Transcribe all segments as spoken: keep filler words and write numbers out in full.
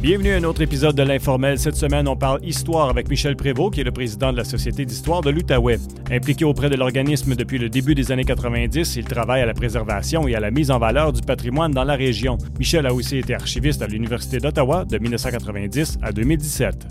Bienvenue à un autre épisode de l'Informel. Cette semaine, on parle histoire avec Michel Prévost, qui est le président de la Société d'histoire de l'Outaouais. Impliqué auprès de l'organisme depuis le début des années quatre-vingt-dix, il travaille à la préservation et à la mise en valeur du patrimoine dans la région. Michel a aussi été archiviste à l'Université d'Ottawa de dix-neuf cent quatre-vingt-dix à deux mille dix-sept.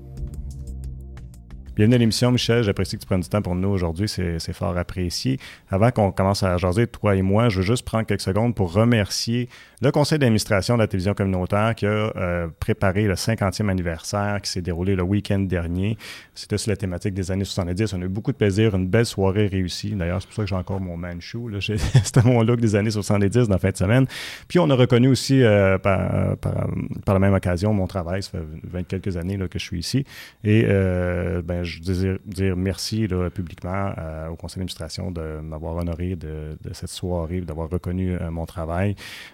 Bienvenue à l'émission, Michel. J'apprécie que tu prennes du temps pour nous aujourd'hui. C'est, c'est fort apprécié. Avant qu'on commence à jaser, toi et moi, je veux juste prendre quelques secondes pour remercier le conseil d'administration de la télévision communautaire qui a euh, préparé le cinquantième anniversaire qui s'est déroulé le week-end dernier. C'était sur la thématique des années soixante-dix. On a eu beaucoup de plaisir, une belle soirée réussie. D'ailleurs, c'est pour ça que j'ai encore mon manchou. Là. C'était mon look des années soixante-dix dans la fin de semaine. Puis on a reconnu aussi, euh, par, par, par la même occasion, mon travail. Ça fait vingt quelques années là, que je suis ici. Et euh, ben, je désire dire merci là, publiquement euh, au conseil d'administration de m'avoir honoré de, de cette soirée, d'avoir reconnu euh, mon travail.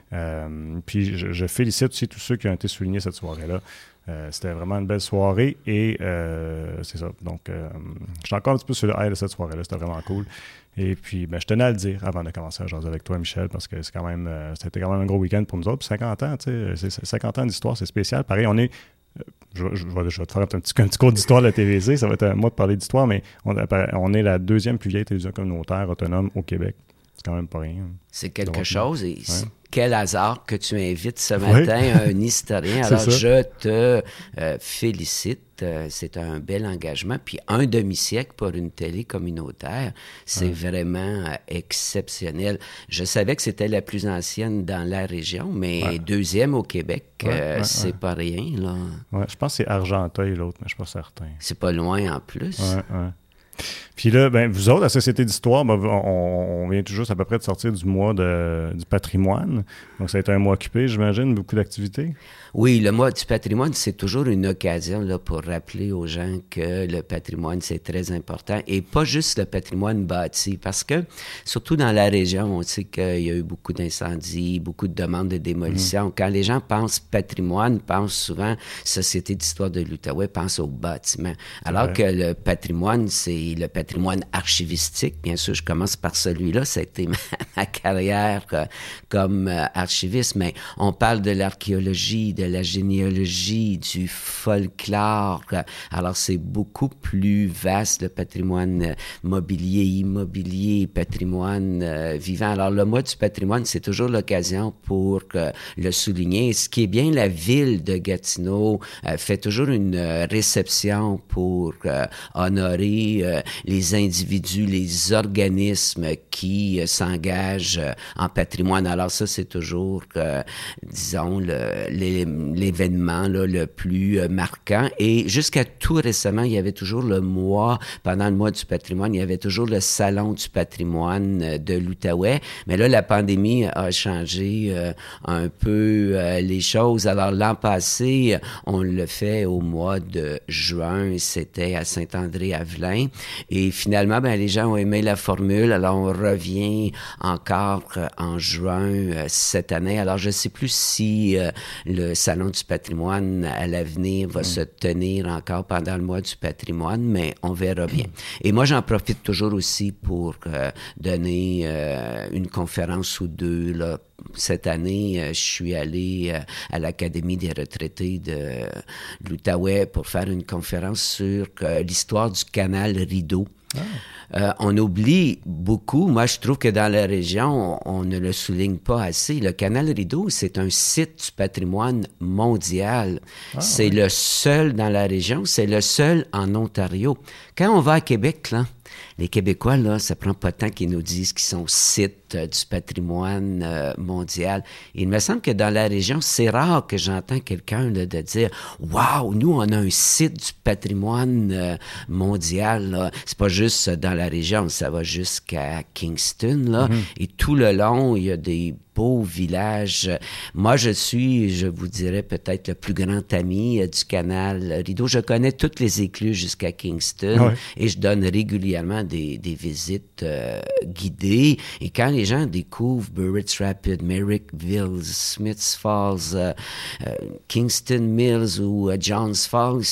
Euh, puis je, je félicite aussi tous ceux qui ont été soulignés cette soirée-là. Euh, c'était vraiment une belle soirée et euh, c'est ça. Donc, euh, je suis encore un petit peu sur le high de cette soirée-là. C'était vraiment cool. Et puis, ben, je tenais à le dire avant de commencer à jaser avec toi, Michel, parce que c'est quand même, euh, c'était quand même un gros week-end pour nous autres. Puis cinquante ans, tu sais, c'est, c'est cinquante ans d'histoire, c'est spécial. Pareil, on est... Je, je, je, vais, je vais te faire un petit, un petit cours d'histoire de la T V C. Ça va être à moi de parler d'histoire, mais on, on est la deuxième plus vieille télévision communautaire autonome au Québec. C'est quand même pas rien. C'est quelque drôlement. chose. Et ouais. Quel hasard que tu invites ce matin oui. un historien. Alors, je te euh, félicite. Euh, c'est un bel engagement. Puis un demi-siècle pour une télé communautaire, c'est ouais. vraiment euh, exceptionnel. Je savais que c'était la plus ancienne dans la région, mais ouais. deuxième au Québec, ouais, euh, ouais, c'est ouais. pas rien, là. Ouais, je pense que c'est Argenteuil, l'autre, mais je suis pas certain. C'est pas loin en plus. Ouais, ouais. Puis là, ben, vous autres, la Société d'histoire, ben, on, on vient tout juste à peu près de sortir du mois de, du patrimoine. Donc, ça a été un mois occupé, j'imagine, beaucoup d'activités. Oui, le mois du patrimoine, c'est toujours une occasion là, pour rappeler aux gens que le patrimoine, c'est très important. Et pas juste le patrimoine bâti, parce que, surtout dans la région, on sait qu'il y a eu beaucoup d'incendies, beaucoup de demandes de démolition. Mmh. Quand les gens pensent patrimoine, pensent souvent Société d'histoire de l'Outaouais, pensent au bâtiment. Alors ouais. que le patrimoine, c'est le patrimoine archivistique. Bien sûr, je commence par celui-là. Ça a été ma, ma carrière euh, comme euh, archiviste, mais on parle de l'archéologie, de la généalogie, du folklore. Alors, c'est beaucoup plus vaste, le patrimoine mobilier, immobilier, patrimoine euh, vivant. Alors, le mois du patrimoine, c'est toujours l'occasion pour euh, le souligner. Ce qui est bien, la ville de Gatineau euh, fait toujours une euh, réception pour euh, honorer euh, les individus, les organismes qui euh, s'engagent euh, en patrimoine. Alors ça, c'est toujours, euh, disons, le, les, l'événement là, le plus euh, marquant. Et jusqu'à tout récemment, il y avait toujours le mois, pendant le mois du patrimoine, il y avait toujours le Salon du patrimoine de l'Outaouais. Mais là, la pandémie a changé euh, un peu euh, les choses. Alors l'an passé, on le fait au mois de juin, c'était à Saint-André-Avelin. Et finalement, ben, les gens ont aimé la formule. Alors, on revient encore euh, en juin euh, cette année. Alors, je ne sais plus si euh, le Salon du patrimoine à l'avenir va mmh. se tenir encore pendant le mois du patrimoine, mais on verra bien. Et moi, j'en profite toujours aussi pour euh, donner euh, une conférence ou deux, là. Cette année, euh, je suis allé euh, à l'Académie des retraités de, de l'Outaouais pour faire une conférence sur euh, l'histoire du canal Rideau. Ah. Euh, on oublie beaucoup. Moi, je trouve que dans la région, on, on ne le souligne pas assez. Le canal Rideau, c'est un site du patrimoine mondial. Ah, c'est ouais. le seul dans la région, c'est le seul en Ontario. Quand on va à Québec, là, les Québécois, là, ça prend pas de temps qu'ils nous disent qu'ils sont sites euh, du patrimoine euh, mondial. Et il me semble que dans la région, c'est rare que j'entends quelqu'un là, de dire « Wow, nous, on a un site du patrimoine euh, mondial. » là. C'est pas juste dans la région, ça va jusqu'à Kingston. Là, mm-hmm. Et tout le long, il y a des beau village. Moi, je suis, je vous dirais, peut-être le plus grand ami euh, du canal Rideau. Je connais toutes les écluses jusqu'à Kingston ouais. et je donne régulièrement des, des visites euh, guidées. Et quand les gens découvrent Burrits Rapid, Merrickville, Smiths Falls, euh, euh, Kingston Mills ou euh, Johns Falls, ils sont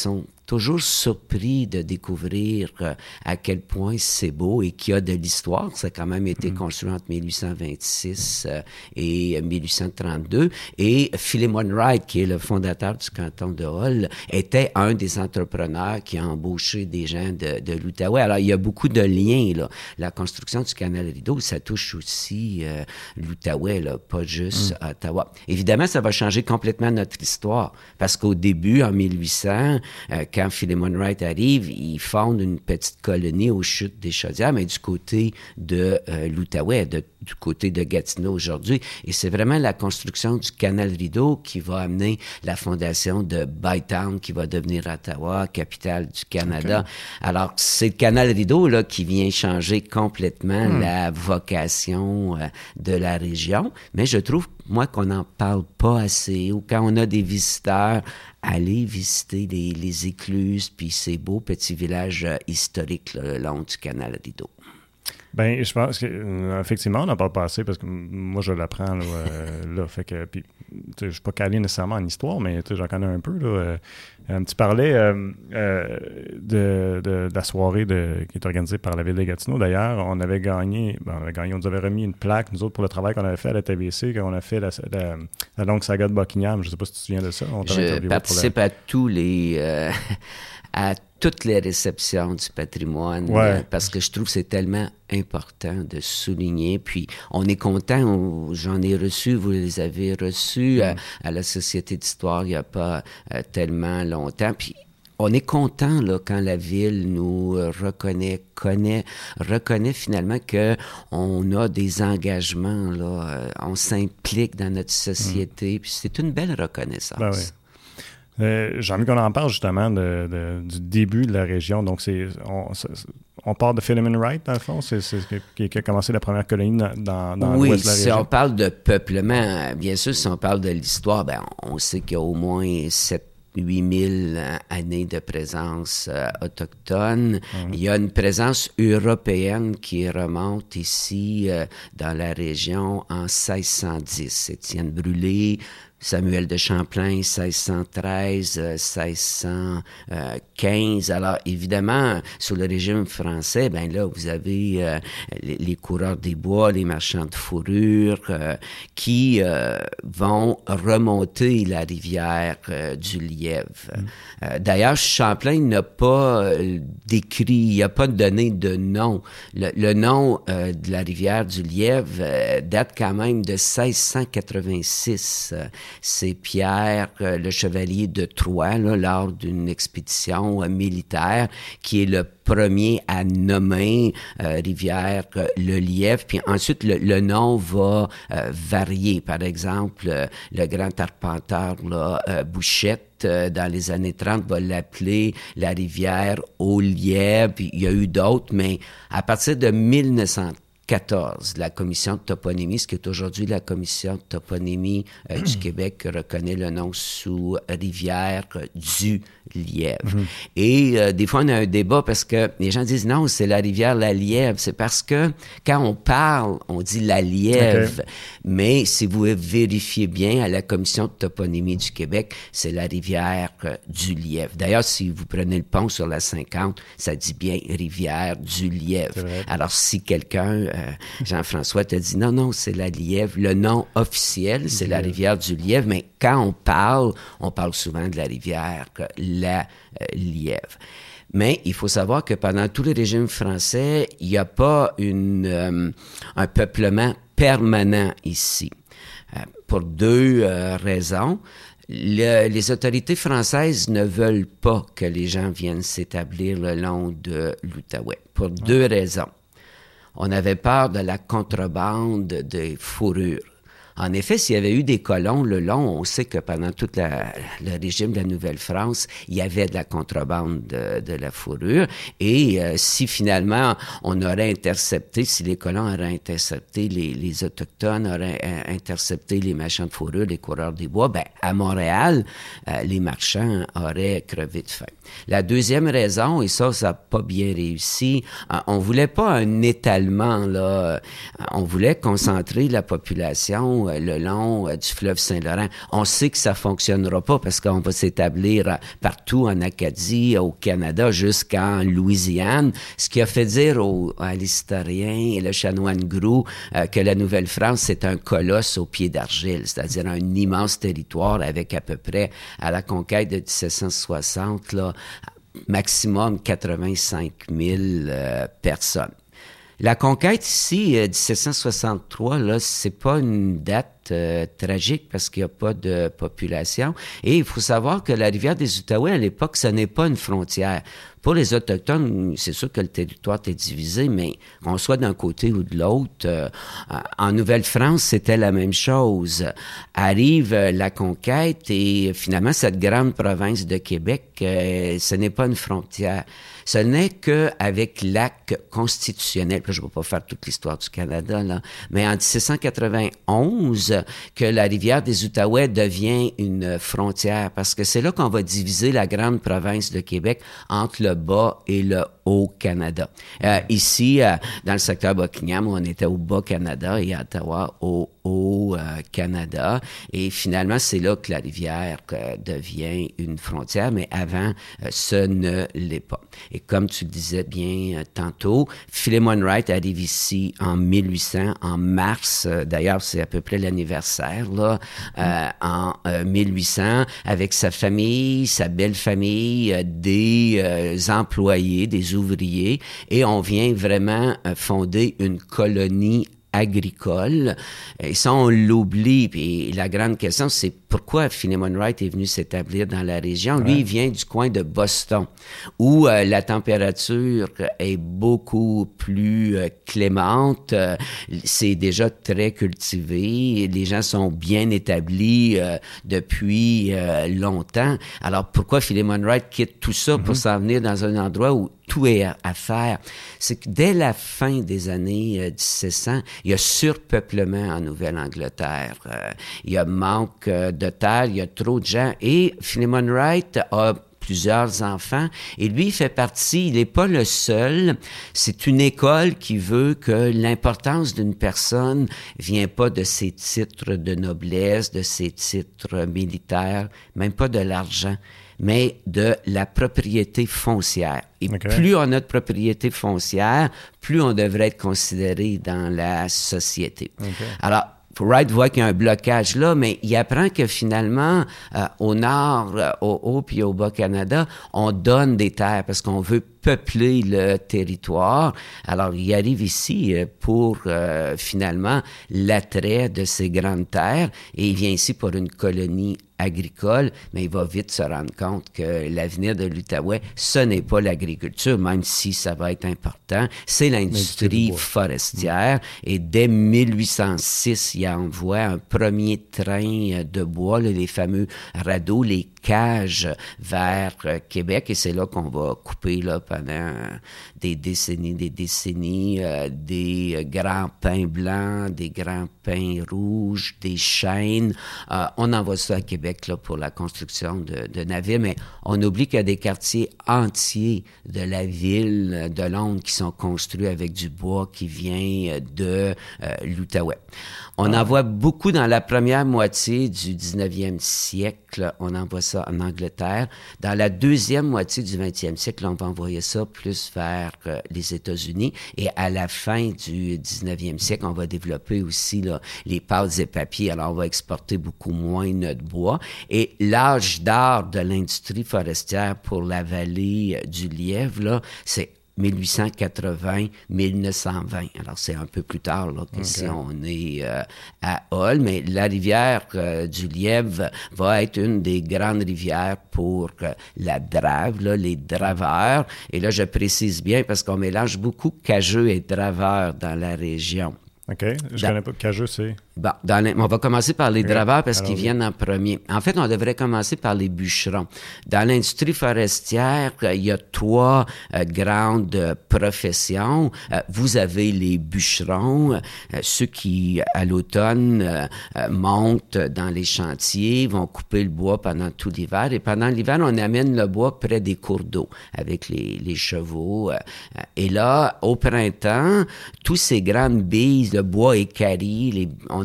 toujours surpris de découvrir euh, à quel point c'est beau et qu'il y a de l'histoire. Ça a quand même été mmh. construit entre mille huit cent vingt-six euh, et mille huit cent trente-deux. Et Philemon Wright, qui est le fondateur du canton de Hull, était un des entrepreneurs qui a embauché des gens de, de l'Outaouais. Alors, il y a beaucoup de liens, là. La construction du canal Rideau, ça touche aussi euh, l'Outaouais, là, pas juste mmh. Ottawa. Évidemment, ça va changer complètement notre histoire, parce qu'au début, en mille huit cents, euh, quand Philemon Wright arrive, il fonde une petite colonie aux chutes des Chaudières, mais du côté de euh, l'Outaouais, de, du côté de Gatineau aujourd'hui. Et c'est vraiment la construction du canal Rideau qui va amener la fondation de Bytown, qui va devenir Ottawa, capitale du Canada. Okay. Alors, c'est le canal Rideau là, qui vient changer complètement hmm. la vocation euh, de la région. Mais je trouve, moi, qu'on n'en parle pas assez, ou quand on a des visiteurs, aller visiter les, les écluses, puis ces beaux petits villages euh, historiques là, le long du canal Rideau. Bien, je pense qu'effectivement, on n'en parle pas assez parce que moi, je l'apprends là. Euh, là fait que, puis, je ne suis pas calé nécessairement en histoire, mais j'en connais un peu. Là, euh, tu parlais euh, euh, de, de, de la soirée de, qui est organisée par la Ville de Gatineau. D'ailleurs, on avait gagné, ben, on avait gagné, on nous avait remis une plaque, nous autres, pour le travail qu'on avait fait à la T V C, qu'on a fait la, la, la longue saga de Buckingham. Je ne sais pas si tu te souviens de ça. On je participe la... à tous les... Euh, à toutes les réceptions du patrimoine, ouais. euh, parce que je trouve que c'est tellement important de souligner. Puis, on est content, on, j'en ai reçu, vous les avez reçus mm. à, à la Société d'histoire il n'y a pas euh, tellement longtemps. Puis, on est content là, quand la Ville nous reconnaît, connaît, reconnaît finalement qu'on a des engagements, là, euh, on s'implique dans notre société, mm. puis c'est une belle reconnaissance. Ben oui. Euh, j'ai envie qu'on en parle justement de, de, du début de la région. Donc, c'est, on, c'est, on part de Philemon Wright, dans le fond, c'est, c'est qui, qui a commencé la première colonie dans, dans oui, l'ouest de la région. Oui, si on parle de peuplement, bien sûr, si on parle de l'histoire, ben, on sait qu'il y a au moins sept huit mille années de présence euh, autochtone. Mmh. Il y a une présence européenne qui remonte ici euh, dans la région en seize cent dix. Étienne Brûlé, Samuel de Champlain, seize cent treize, seize cent quinze. Alors, évidemment, sous le régime français, ben là, vous avez euh, les, les coureurs des bois, les marchands de fourrure euh, qui euh, vont remonter la rivière euh, du Lièvre. Mm. Euh, d'ailleurs, Champlain n'a pas euh, décrit, il n'a pas donné de nom. Le, le nom euh, de la rivière du Lièvre euh, date quand même de seize cent quatre-vingt-six. Euh, C'est Pierre, euh, le chevalier de Troyes, là, lors d'une expédition euh, militaire, qui est le premier à nommer euh, rivière euh, le Lièvre. Puis ensuite, le, le nom va euh, varier. Par exemple, euh, le grand arpenteur là, euh, Bouchette, euh, dans les années trente, va l'appeler la rivière au Lièvre. Puis il y a eu d'autres, mais à partir de mille neuf cent quatorze, la commission de toponymie, ce qui est aujourd'hui la commission de toponymie euh, du Québec, reconnaît le nom sous rivière euh, du Lièvre. Mm-hmm. Et euh, des fois, on a un débat parce que les gens disent non, c'est la rivière la Lièvre. C'est parce que quand on parle, on dit la Lièvre. Okay. Mais si vous vérifiez bien à la commission de toponymie du Québec, c'est la rivière euh, du Lièvre. D'ailleurs, si vous prenez le pont sur la cinquante, ça dit bien rivière du Lièvre. Alors, si quelqu'un euh, Jean-François te dit non, non, c'est la Lièvre. Le nom officiel, c'est Lièvre. La rivière du Lièvre, mais quand on parle, on parle souvent de la rivière la euh, Lièvre. Mais il faut savoir que pendant tout le régime français, il n'y a pas une, euh, un peuplement permanent ici. Euh, pour deux euh, raisons. Le, les autorités françaises ne veulent pas que les gens viennent s'établir le long de l'Outaouais. Pour ouais. deux raisons. On avait peur de la contrebande des fourrures. En effet, s'il y avait eu des colons le long, on sait que pendant tout la, le régime de la Nouvelle-France, il y avait de la contrebande de, de la fourrure. Et euh, si finalement on aurait intercepté, si les colons auraient intercepté, les, les Autochtones auraient euh, intercepté les marchands de fourrure, les coureurs des bois, ben à Montréal, euh, les marchands auraient crevé de faim. La deuxième raison, et ça, ça n'a pas bien réussi, euh, on voulait pas un étalement, là. On voulait concentrer la population long, le long du fleuve Saint-Laurent. On sait que ça fonctionnera pas parce qu'on va s'établir partout en Acadie, au Canada, jusqu'en Louisiane, ce qui a fait dire au, à l'historien et le chanoine Groulx euh, que la Nouvelle-France, c'est un colosse au pied d'argile, c'est-à-dire un immense territoire avec à peu près, à la conquête de dix-sept cent soixante, là, maximum quatre-vingt-cinq mille euh, personnes. La conquête ici, euh, dix-sept cent soixante-trois, là, c'est pas une date euh, tragique parce qu'il n'y a pas de population. Et il faut savoir que la rivière des Outaouais, à l'époque, ce n'est pas une frontière. Pour les Autochtones, c'est sûr que le territoire est divisé, mais qu'on soit d'un côté ou de l'autre, euh, en Nouvelle-France, c'était la même chose. Arrive euh, la conquête et finalement, cette grande province de Québec, euh, ce n'est pas une frontière. Ce n'est qu'avec l'acte constitutionnel, je ne vais pas faire toute l'histoire du Canada, là, mais en dix-sept cent quatre-vingt-onze, que la rivière des Outaouais devient une frontière, parce que c'est là qu'on va diviser la grande province de Québec entre le Bas et le Haut-Canada. Euh, ici, euh, dans le secteur Buckingham, on était au Bas-Canada et à Ottawa au Haut-Canada. Et finalement, c'est là que la rivière euh, devient une frontière, mais avant, euh, ce ne l'est pas. Et comme tu le disais bien euh, tantôt, Philemon Wright arrive ici en mille huit cents, en mars. Euh, d'ailleurs, c'est à peu près l'anniversaire, là, euh, en euh, mille huit cents, avec sa famille, sa belle famille, euh, des euh, employés, des ouvriers, et on vient vraiment euh, fonder une colonie agricole. Et ça, on l'oublie. Puis la grande question, c'est pourquoi Philemon Wright est venu s'établir dans la région. Ouais. Lui, il vient du coin de Boston, où euh, la température est beaucoup plus euh, clémente. Euh, c'est déjà très cultivé. Les gens sont bien établis euh, depuis euh, longtemps. Alors, pourquoi Philemon Wright quitte tout ça mm-hmm. pour s'en venir dans un endroit où tout est à faire? C'est que dès la fin des années euh, dix-sept cents, il y a surpeuplement en Nouvelle-Angleterre. Euh, il y a manque euh, de terre, il y a trop de gens. Et Philemon Wright a plusieurs enfants. Et lui, il fait partie, il n'est pas le seul. C'est une école qui veut que l'importance d'une personne vient pas de ses titres de noblesse, de ses titres militaires, même pas de l'argent, mais de la propriété foncière. Et okay. plus on a de propriété foncière, plus on devrait être considéré dans la société. Okay. Alors, Wright voit qu'il y a un blocage là, mais il apprend que finalement, euh, au nord, euh, au haut puis au bas-Canada, on donne des terres parce qu'on veut peupler le territoire. Alors, il arrive ici euh, pour euh, finalement l'attrait de ces grandes terres et il vient ici pour une colonie agricole, mais il va vite se rendre compte que l'avenir de l'Outaouais, ce n'est pas l'agriculture, même si ça va être important, c'est l'industrie forestière. Mmh. Et dès mille huit cent six, il envoie un premier train de bois, là, les fameux radeaux, les cages vers euh, Québec, et c'est là qu'on va couper là, pendant des décennies, des décennies, euh, des euh, grands pins blancs, des grands pins rouges, des chênes. Euh, on envoie ça à Québec là, pour la construction de, de navires, mais on oublie qu'il y a des quartiers entiers de la ville de Londres qui sont construits avec du bois qui vient de euh, l'Outaouais. On ah. en voit beaucoup dans la première moitié du dix-neuvième siècle, on envoie ça en Angleterre. Dans la deuxième moitié du vingtième siècle, on va envoyer ça plus vers euh, les États-Unis. Et à la fin du dix-neuvième siècle, on va développer aussi là, les pâtes et papiers. Alors, on va exporter beaucoup moins notre bois. Et l'âge d'or de l'industrie forestière pour la vallée du Lièvre, là, c'est mille huit cent quatre-vingts à mille neuf cent vingt. Alors, c'est un peu plus tard là, que okay. si on est euh, à Hull, mais la rivière euh, du Lièvre va être une des grandes rivières pour euh, la drave, là, les draveurs. Et là, je précise bien parce qu'on mélange beaucoup cageux et draveurs dans la région. OK. Je ne connais pas. Cageux, c'est... Bon, dans les, on va commencer par les okay. draveurs parce Alors, qu'ils viennent en premier. En fait, on devrait commencer par les bûcherons. Dans l'industrie forestière, il y a trois euh, grandes euh, professions. Euh, vous avez les bûcherons, euh, ceux qui, à l'automne, euh, euh, montent dans les chantiers, vont couper le bois pendant tout l'hiver. Et pendant l'hiver, on amène le bois près des cours d'eau avec les, les chevaux. Euh, et là, au printemps, tous ces grandes billes, le bois équarri, les, on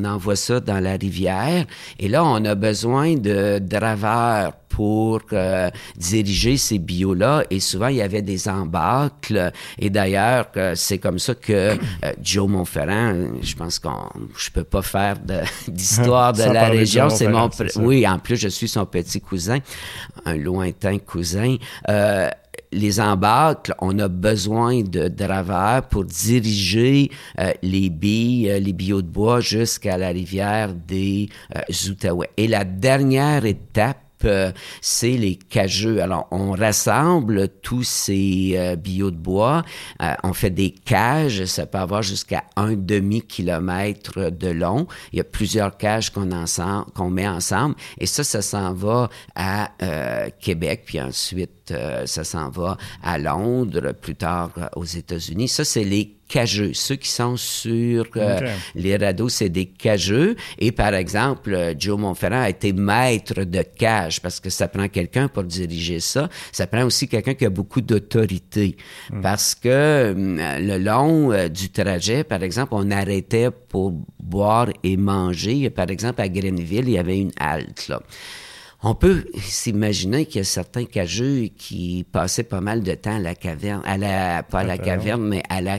envoie ça dans la rivière. Et là, on a besoin de draveurs pour euh, diriger ces bio-là. Et souvent, il y avait des embâcles. Et d'ailleurs, euh, c'est comme ça que euh, Joe Monferrand, je pense qu'on, je peux pas faire de, d'histoire de la région. C'est mon, c'est oui, en plus, je suis son petit cousin, un lointain cousin. Euh, les embâcles, on a besoin de draveurs pour diriger euh, les billes, euh, les billots de bois jusqu'à la rivière des euh, Outaouais. Et la dernière étape, Euh, c'est les cageux. Alors, on rassemble tous ces euh, billots de bois, euh, on fait des cages, ça peut avoir jusqu'à un demi-kilomètre de long. Il y a plusieurs cages qu'on, ensemble, qu'on met ensemble, et ça, ça s'en va à euh, Québec, puis ensuite, euh, ça s'en va à Londres, plus tard euh, aux États-Unis. Ça, c'est les cageux. Ceux qui sont sur euh, okay. les radeaux, c'est des cageux. Et par exemple, Joe Monferrand a été maître de cage parce que ça prend quelqu'un pour diriger ça. Ça prend aussi quelqu'un qui a beaucoup d'autorité mmh. parce que euh, le long euh, du trajet, par exemple, on arrêtait pour boire et manger. Par exemple, à Grenville, il y avait une halte, là. On peut s'imaginer qu'il y a certains cageux qui passaient pas mal de temps à la caverne, à la, pas à la caverne, mais à la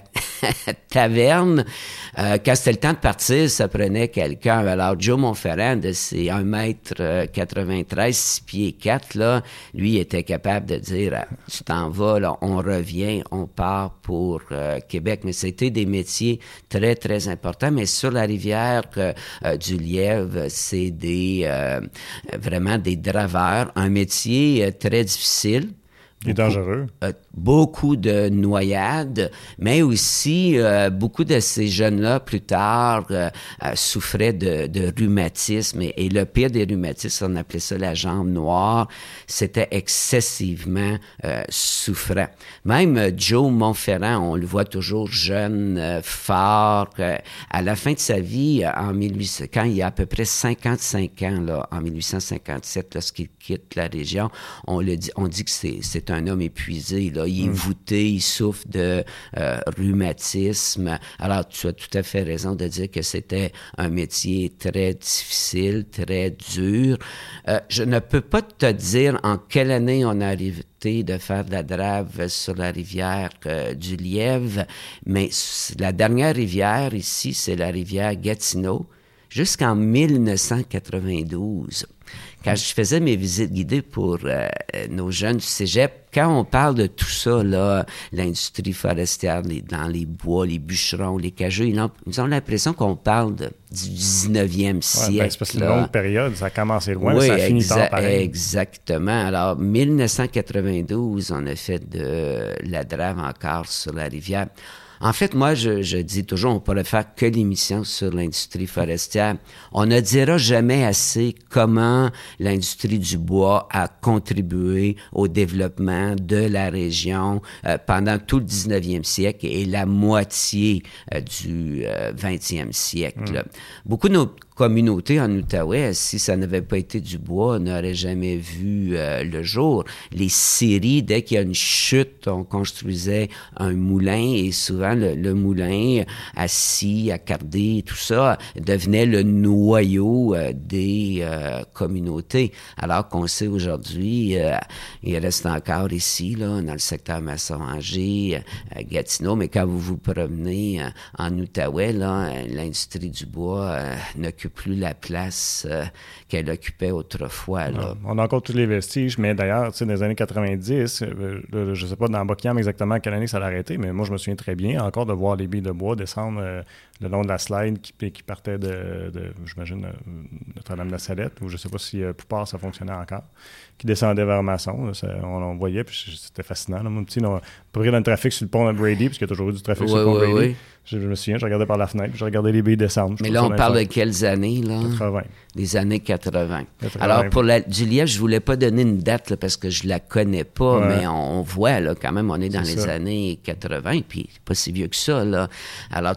taverne. Euh, quand c'était le temps de partir, ça prenait quelqu'un. Alors, Joe Monferrand, de ses un mètre quatre-vingt-treize, six pieds quatre, là, lui était capable de dire, tu t'en vas, là, on revient, on part pour euh, Québec. Mais c'était des métiers très, très importants. Mais sur la rivière euh, du Lièvre, c'est des, euh, vraiment des draveurs, un métier euh, très difficile. Et dangereux. Euh, beaucoup de noyades, mais aussi euh, beaucoup de ces jeunes-là, plus tard, euh, euh, souffraient de, de rhumatisme. Et, et le pire des rhumatismes, on appelait ça la jambe noire, c'était excessivement euh, souffrant. Même euh, Joe Monferrand, on le voit toujours jeune, euh, fort. Euh, à la fin de sa vie, en mille huit cents, quand il a à peu près cinquante-cinq ans, là, en mille huit cent cinquante-sept, lorsqu'il quitte la région, on, le dit, on dit que c'est, c'est un homme épuisé, là. Il est mmh. voûté, il souffre de euh, rhumatisme. Alors, tu as tout à fait raison de dire que c'était un métier très difficile, très dur. Euh, je ne peux pas te dire en quelle année on a arrivé de faire de la drave sur la rivière euh, du Lièvre, mais la dernière rivière ici, c'est la rivière Gatineau, jusqu'en mille neuf cent quatre-vingt-douze. Quand je faisais mes visites guidées pour euh, nos jeunes du cégep, quand on parle de tout ça, là, l'industrie forestière, les, dans les bois, les bûcherons, les cageux, ils ont, ils ont l'impression qu'on parle de, du dix-neuvième siècle. Ouais, ben c'est parce que c'est une longue période, ça a commencé loin, oui, mais ça a fini exa- tard pareil. Exactement. Alors, mille neuf cent quatre-vingt-douze, on a fait de la drave encore sur la rivière. En fait, moi, je, je dis toujours, on ne pourrait faire que l'émission sur l'industrie forestière. On ne dira jamais assez comment l'industrie du bois a contribué au développement de la région euh, pendant tout le dix-neuvième siècle et la moitié euh, du euh, vingtième siècle. Mmh. Beaucoup de nos communautés en Outaouais, si ça n'avait pas été du bois, n'auraient jamais vu euh, le jour. Les scieries, dès qu'il y a une chute, on construisait un moulin et souvent le, le moulin assis, accardé, tout ça, devenait le noyau euh, des euh, communautés. Alors qu'on sait aujourd'hui, euh, il reste encore ici, là, dans le secteur Masson-Angers, euh, Gatineau, mais quand vous vous promenez euh, en Outaouais, là, l'industrie du bois euh, n'occupe plus la place euh, qu'elle occupait autrefois. Là. On a encore tous les vestiges, mais d'ailleurs, tu sais, dans les années quatre-vingt-dix, euh, là, je ne sais pas dans Buckingham exactement quelle année ça a arrêté, mais moi, je me souviens très bien encore de voir les billes de bois descendre euh, le long de la slide qui, qui partait de, de j'imagine, euh, Notre-Dame-de-la-Salette, ou je ne sais pas si euh, Poupart, ça fonctionnait encore, qui descendait vers Masson. Là, ça, on, on voyait, puis c'était fascinant. Là, mon petit, on, pour dans le trafic sur le pont de Brady, parce qu'il y a toujours eu du trafic oui, sur le pont oui, Brady. Oui. Je, je me souviens, je regardais par la fenêtre, je regardais les billes descendre. Mais là, on parle de quelles années, là? quatre-vingts. Les années quatre-vingt. quatre-vingts. Alors, pour la, du Lièvre, je voulais pas donner une date, là, parce que je la connais pas, ouais. mais on, on voit, là, quand même, on est dans c'est les ça. années quatre-vingt, puis pas si vieux que ça, là. Alors,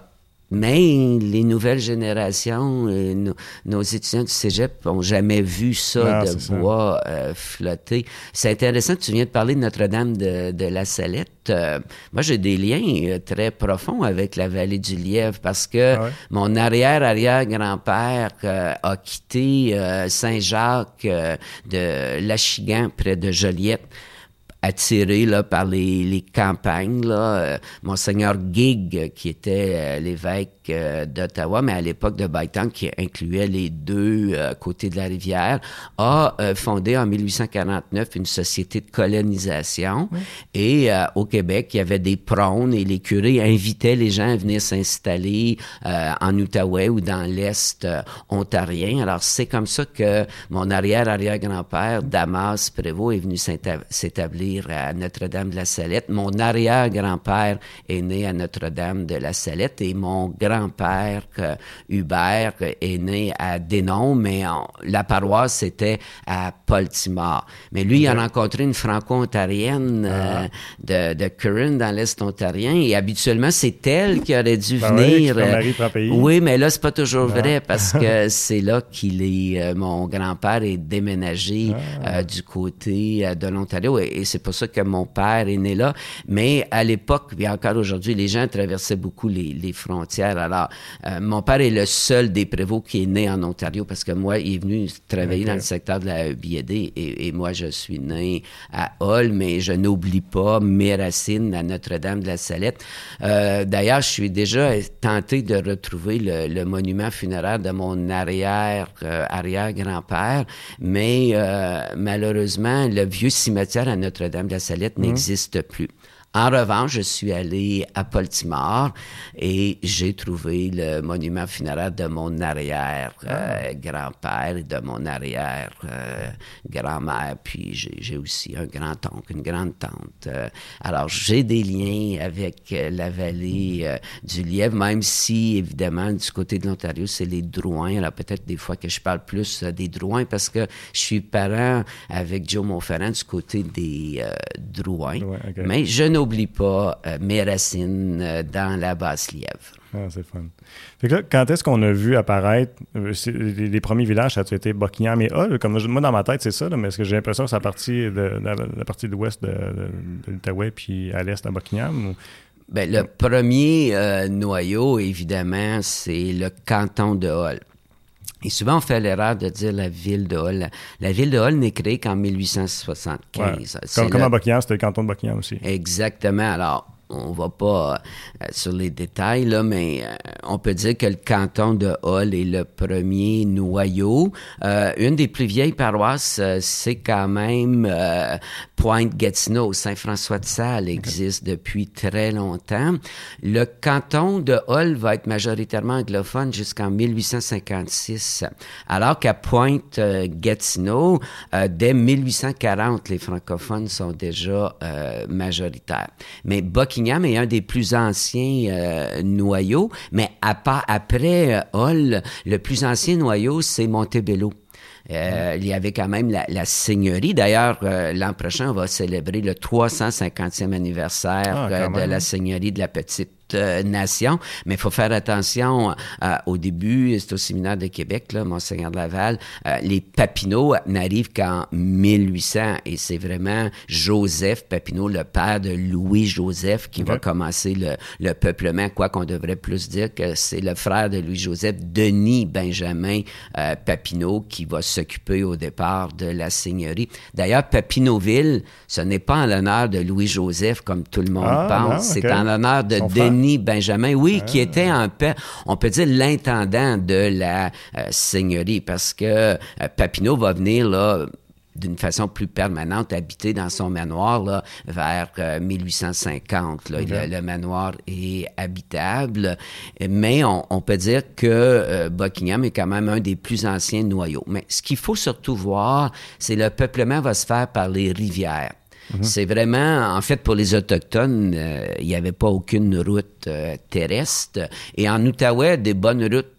Mais les nouvelles générations, euh, nos, nos étudiants du cégep n'ont jamais vu ça non, de bois euh, flotter. C'est intéressant que tu viens de parler de Notre-Dame de, de la Salette. Euh, moi, j'ai des liens euh, très profonds avec la vallée du Lièvre parce que ah ouais? mon arrière-arrière-grand-père euh, a quitté euh, Saint-Jacques euh, de l'Achigan près de Joliette, attiré là, par les, les campagnes. Là. Euh, Monseigneur Gig, qui était euh, l'évêque euh, d'Ottawa, mais à l'époque de Bytown, qui incluait les deux euh, côtés de la rivière, a euh, fondé en mille huit cent quarante-neuf une société de colonisation. Oui. Et euh, au Québec, il y avait des prônes et les curés invitaient les gens à venir s'installer euh, en Outaouais ou dans l'Est euh, ontarien. Alors, c'est comme ça que mon arrière-arrière-grand-père, Damas Prévost, est venu s'établir à Notre-Dame de la Salette. Mon arrière-grand-père est né à Notre-Dame de la Salette et mon grand-père, euh, Hubert, est né à Denon, mais on, la paroisse, c'était à Poltimor. Mais lui, okay. il a rencontré une franco-ontarienne euh, ah. de, de Curran, dans l'Est ontarien, et habituellement, c'est elle qui aurait dû ben venir. Oui, euh, Marie pays. Oui, mais là, c'est pas toujours non. vrai, parce que c'est là qu'il est, euh, mon grand-père est déménagé ah. euh, du côté euh, de l'Ontario, et, et c'est pour ça que mon père est né là. Mais à l'époque, et encore aujourd'hui, les gens traversaient beaucoup les, les frontières. Alors, euh, mon père est le seul des Prévost qui est né en Ontario parce que moi, il est venu travailler okay. dans le secteur de la B I D et, et moi, je suis né à Hull, mais je n'oublie pas mes racines à Notre-Dame de la Salette. Euh, d'ailleurs, je suis déjà tenté de retrouver le, le monument funéraire de mon arrière, euh, arrière-grand-père, mais euh, malheureusement, le vieux cimetière à Notre-Dame de la Salette mmh. n'existe plus. En revanche, je suis allé à Poltimor et j'ai trouvé le monument funéraire de mon arrière-grand-père euh, et de mon arrière-grand-mère. Euh, puis j'ai, j'ai aussi un grand-oncle, une grande-tante. Euh, alors, j'ai des liens avec euh, la vallée euh, du Lièvre, même si, évidemment, du côté de l'Ontario, c'est les Drouins. Alors, peut-être des fois que je parle plus euh, des Drouins parce que je suis parent avec Joe Monferrand du côté des euh, Drouins. Ouais, okay. Mais je ne n'oublie pas euh, mes racines euh, dans la Basse-Lièvre. Ah, c'est fun. Fait que là, quand est-ce qu'on a vu apparaître euh, les, les premiers villages, ça a été Buckingham et Hull? Comme moi, dans ma tête, c'est ça, là, mais est-ce que j'ai l'impression que c'est à partir de, de, de la partie de l'ouest de, de, de l'Outaouais puis à l'est à Buckingham? Ou... Bien, le premier euh, noyau, évidemment, c'est le canton de Hull. Et souvent, on fait l'erreur de dire la ville de Hull. La, la ville de Hull n'est créée qu'en mille huit cent soixante-quinze. Ouais. Comme, comme à Buckingham, c'était le canton de Buckingham aussi. Exactement. Alors, on va pas euh, sur les détails, là, mais euh, on peut dire que le canton de Hull est le premier noyau. Euh, une des plus vieilles paroisses, euh, c'est quand même euh, Pointe-Gatineau. Saint-François-de-Sales existe okay. depuis très longtemps. Le canton de Hull va être majoritairement anglophone jusqu'en mille huit cent cinquante-six, alors qu'à Pointe-Gatineau, euh, dès mille huit cent quarante, les francophones sont déjà euh, majoritaires. Mais Buckingham est un des plus anciens euh, noyaux, mais à part, après euh, Hull, le plus ancien noyau, c'est Montebello. Euh, il y avait quand même la, la seigneurie. D'ailleurs, euh, l'an prochain, on va célébrer le trois cent cinquantième anniversaire ah, euh, de la seigneurie de la Petite euh, Nation. Mais il faut faire attention. Euh, au début, c'est au séminaire de Québec, là, Monseigneur de Laval, euh, les Papineau n'arrivent qu'en mille huit cents et c'est vraiment Joseph Papineau, le père de Louis-Joseph, qui okay. va commencer le, le peuplement, quoi qu'on devrait plus dire que c'est le frère de Louis-Joseph, Denis Benjamin euh, Papineau, qui va s'occuper au départ de la seigneurie. D'ailleurs, Papineauville, ce n'est pas en l'honneur de Louis-Joseph comme tout le monde ah, pense, non, okay. c'est en l'honneur de Son Denis frère. Benjamin, oui, ah. qui était un peu, on peut dire l'intendant de la euh, seigneurie, parce que euh, Papineau va venir là d'une façon plus permanente, habiter dans son manoir là, vers euh, mille huit cent cinquante. Là, okay. le, le manoir est habitable, mais on, on peut dire que euh, Buckingham est quand même un des plus anciens noyaux. Mais ce qu'il faut surtout voir, c'est le peuplement va se faire par les rivières. Mm-hmm. C'est vraiment, en fait, pour les Autochtones, euh, il n'y avait pas aucune route euh, terrestre. Et en Outaouais, des bonnes routes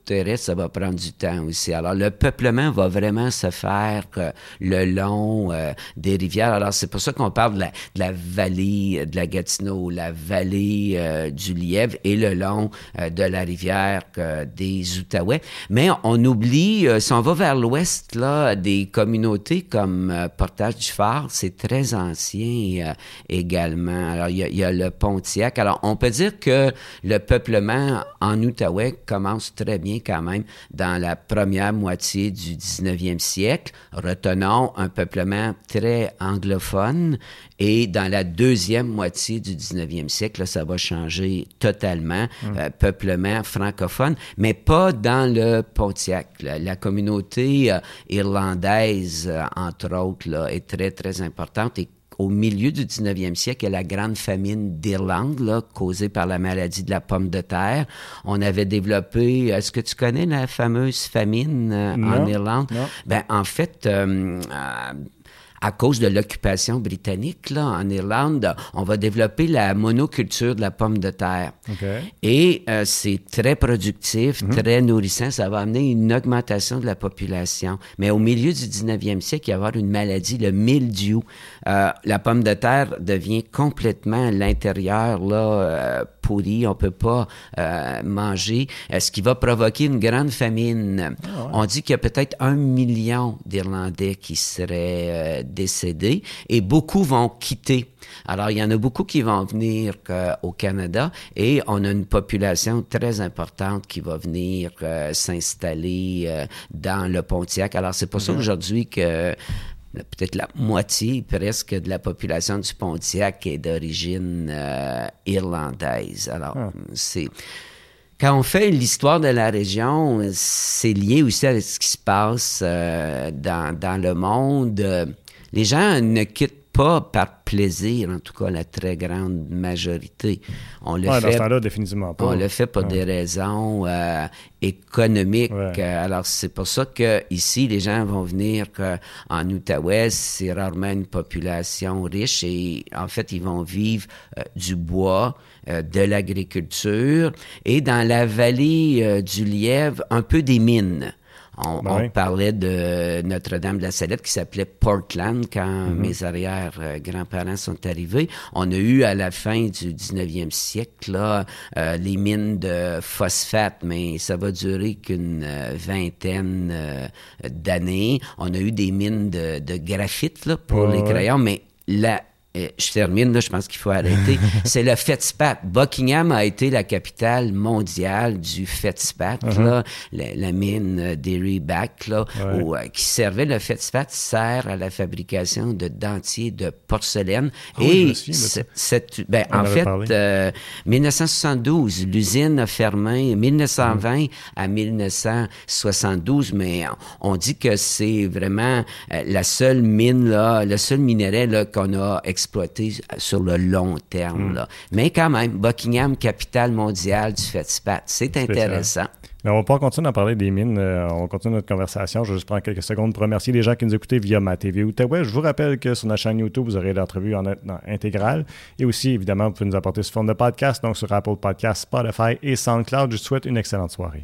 le reste, ça va prendre du temps aussi. Alors, le peuplement va vraiment se faire euh, le long euh, des rivières. Alors, c'est pour ça qu'on parle de la, de la vallée de la Gatineau, la vallée euh, du Lièvre et le long euh, de la rivière euh, des Outaouais. Mais on oublie, euh, si on va vers l'ouest, là, des communautés comme euh, Portage-du-Phare, c'est très ancien euh, également. Alors, il y, a, il y a le Pontiac. Alors, on peut dire que le peuplement en Outaouais commence très bien quand même dans la première moitié du dix-neuvième siècle. Retenons un peuplement très anglophone. Et dans la deuxième moitié du dix-neuvième siècle, là, ça va changer totalement. Mmh. Euh, peuplement francophone, mais pas dans le Pontiac. La, la communauté euh, irlandaise, euh, entre autres, là, est très, très importante. Et au milieu du dix-neuvième siècle, il y a la grande famine d'Irlande, là, causée par la maladie de la pomme de terre. On avait développé... Est-ce que tu connais la fameuse famine euh, en Irlande? Non. Ben, en fait... Euh, euh, à cause de l'occupation britannique, là, en Irlande, on va développer la monoculture de la pomme de terre. Okay. Et euh, c'est très productif, Mm-hmm. très nourrissant. Ça va amener une augmentation de la population. Mais au milieu du dix-neuvième siècle, il va y avoir une maladie, le mildiou. Euh, la pomme de terre devient complètement à l'intérieur, là, euh, pourri. On peut pas euh, manger. Euh, ce qui va provoquer une grande famine. Oh, ouais. On dit qu'il y a peut-être un million d'Irlandais qui seraient... Euh, décédés et beaucoup vont quitter. Alors, il y en a beaucoup qui vont venir euh, au Canada et on a une population très importante qui va venir euh, s'installer euh, dans le Pontiac. Alors, c'est pour mm-hmm. ça aujourd'hui que peut-être la moitié presque de la population du Pontiac est d'origine euh, irlandaise. Alors, ah. c'est... Quand on fait l'histoire de la région, c'est lié aussi avec ce qui se passe euh, dans, dans le monde. Les gens ne quittent pas par plaisir, en tout cas la très grande majorité. On le ouais, fait, dans ce temps-là, définitivement pas. On le fait pour ouais. des raisons euh, économiques. Ouais. Alors, c'est pour ça que ici, les gens vont venir euh, en Outaouais. C'est rarement une population riche et en fait, ils vont vivre euh, du bois, euh, de l'agriculture et dans la vallée euh, du Lièvre, un peu des mines. On, ben on oui. parlait de Notre-Dame-de-la-Salette qui s'appelait Portland quand mm-hmm. mes arrière-grands-parents sont arrivés. On a eu à la fin du dix-neuvième siècle là, euh, les mines de phosphate, mais ça va durer qu'une euh, vingtaine euh, d'années. On a eu des mines de, de graphite là, pour oh, les crayons, ouais. mais la Et je termine, là, je pense qu'il faut arrêter. C'est le Fetspat. Buckingham a été la capitale mondiale du Fetspat, uh-huh. là, la, la mine d'Erie-Back, là, ouais. où, euh, qui servait, le Fetspat sert à la fabrication de dentiers de porcelaine. Oh, et suis, c'est, c'est, ben, en fait, euh, dix-neuf cent soixante-douze, l'usine a fermé, dix-neuf cent vingt uh-huh. à dix-neuf cent soixante-douze, mais on dit que c'est vraiment euh, la seule mine, là, le seul minerai là, qu'on a exploité sur le long terme. Mm. Là. Mais quand même, Buckingham, capitale mondiale du Fetspat, c'est intéressant. Mais on va pas continuer à parler des mines. Euh, on continue notre conversation. Je vais juste prendre quelques secondes pour remercier les gens qui nous écoutaient via ma T V Outaouais. Je vous rappelle que sur notre chaîne YouTube, vous aurez l'entrevue en, en intégrale. Et aussi, évidemment, vous pouvez nous apporter sous forme de podcast, donc sur Apple Podcasts, Spotify et SoundCloud. Je vous souhaite une excellente soirée.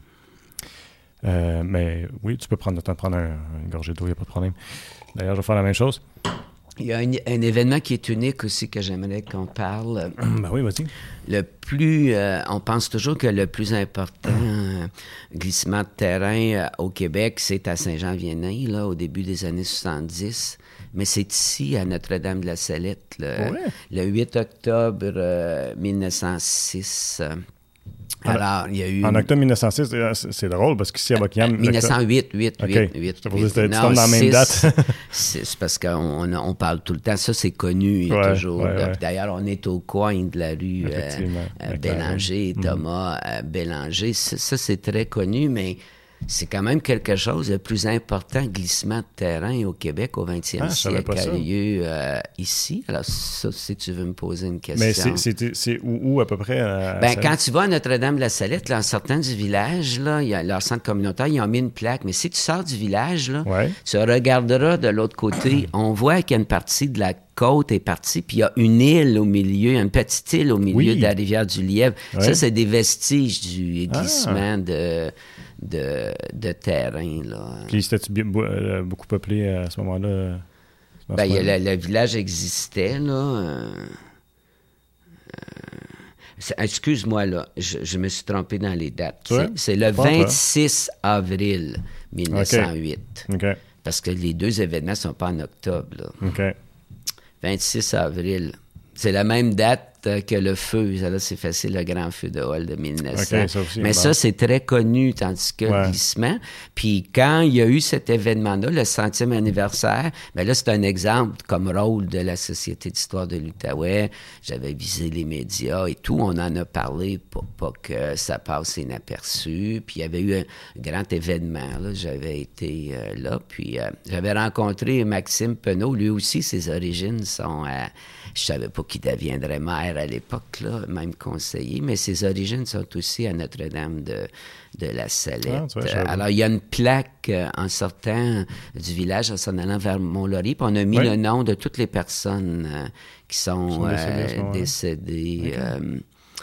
Euh, mais oui, tu peux prendre le temps de prendre un, une gorgée d'eau, il n'y a pas de problème. D'ailleurs, je vais faire la même chose. Il y a un, un événement qui est unique aussi que j'aimerais qu'on parle. Ben oui, vas-y. Le plus, euh, on pense toujours que le plus important euh, glissement de terrain euh, au Québec, c'est à Saint-Jean-Vianney, là, au début des années soixante-dix. Mais c'est ici, à Notre-Dame-de-la-Salette, le, ouais. le huit octobre euh, dix-neuf cent six. Euh, Alors, il y a eu... En octobre dix-neuf cent six, c'est drôle parce qu'ici à Buckingham... dix-neuf cent huit, huit, okay. huit, huit. Je te disais, tu tombes dans la même date. c'est, c'est parce qu'on on parle tout le temps. Ça, c'est connu, il y a ouais, toujours. Ouais, ouais. D'ailleurs, on est au coin de la rue euh, euh, Bélanger, mm-hmm. Thomas euh, Bélanger. Ça, ça, c'est très connu, mais... C'est quand même quelque chose. Le plus important glissement de terrain au Québec au vingtième ah, siècle a lieu euh, ici. Alors, ça, si tu veux me poser une question. Mais c'est, c'est, c'est où, où à peu près? À ben, quand tu vas à Notre-Dame-de-la-Salette, là, en sortant du village, là, il y a leur centre communautaire, ils ont mis une plaque. Mais si tu sors du village, là, ouais. tu regarderas de l'autre côté, on voit qu'il y a une partie de la côte est partie, puis il y a une île au milieu, une petite île au milieu oui. de la rivière du Lièvre. Ouais. Ça, c'est des vestiges du glissement ah. de... de, de terrain. Là. Puis c'était-tu beaucoup peuplé à ce moment-là? Ben, il y a, le, le village existait, là. Euh, euh, excuse-moi, là, je, je me suis trompé dans les dates. C'est, c'est le vingt-six avril mille neuf cent huit. Okay. Okay. Parce que les deux événements ne sont pas en octobre. Là. Okay. vingt-six avril. C'est la même date que le feu. Là, c'est facile, le grand feu de Hall de mille neuf cents. Okay, ça aussi, mais bon. Ça, c'est très connu, tandis que ouais. glissement. Puis quand il y a eu cet événement-là, le centième anniversaire, bien là, c'est un exemple comme rôle de la Société d'histoire de l'Outaouais. J'avais visé les médias et tout. On en a parlé pour pas que ça passe inaperçu. Puis il y avait eu un grand événement. Là. J'avais été euh, là. Puis euh, j'avais rencontré Maxime Penaud. Lui aussi, ses origines sont... Euh, je savais pas qu'il deviendrait maire à l'époque, là, même conseiller, mais ses origines sont aussi à Notre-Dame de, de la Salette. Ah, vois, alors, il y a une plaque euh, en sortant du village, en s'en allant vers Mont-Laurier, puis on a mis oui. le nom de toutes les personnes euh, qui sont, sont décédées. Euh, décédées okay. euh,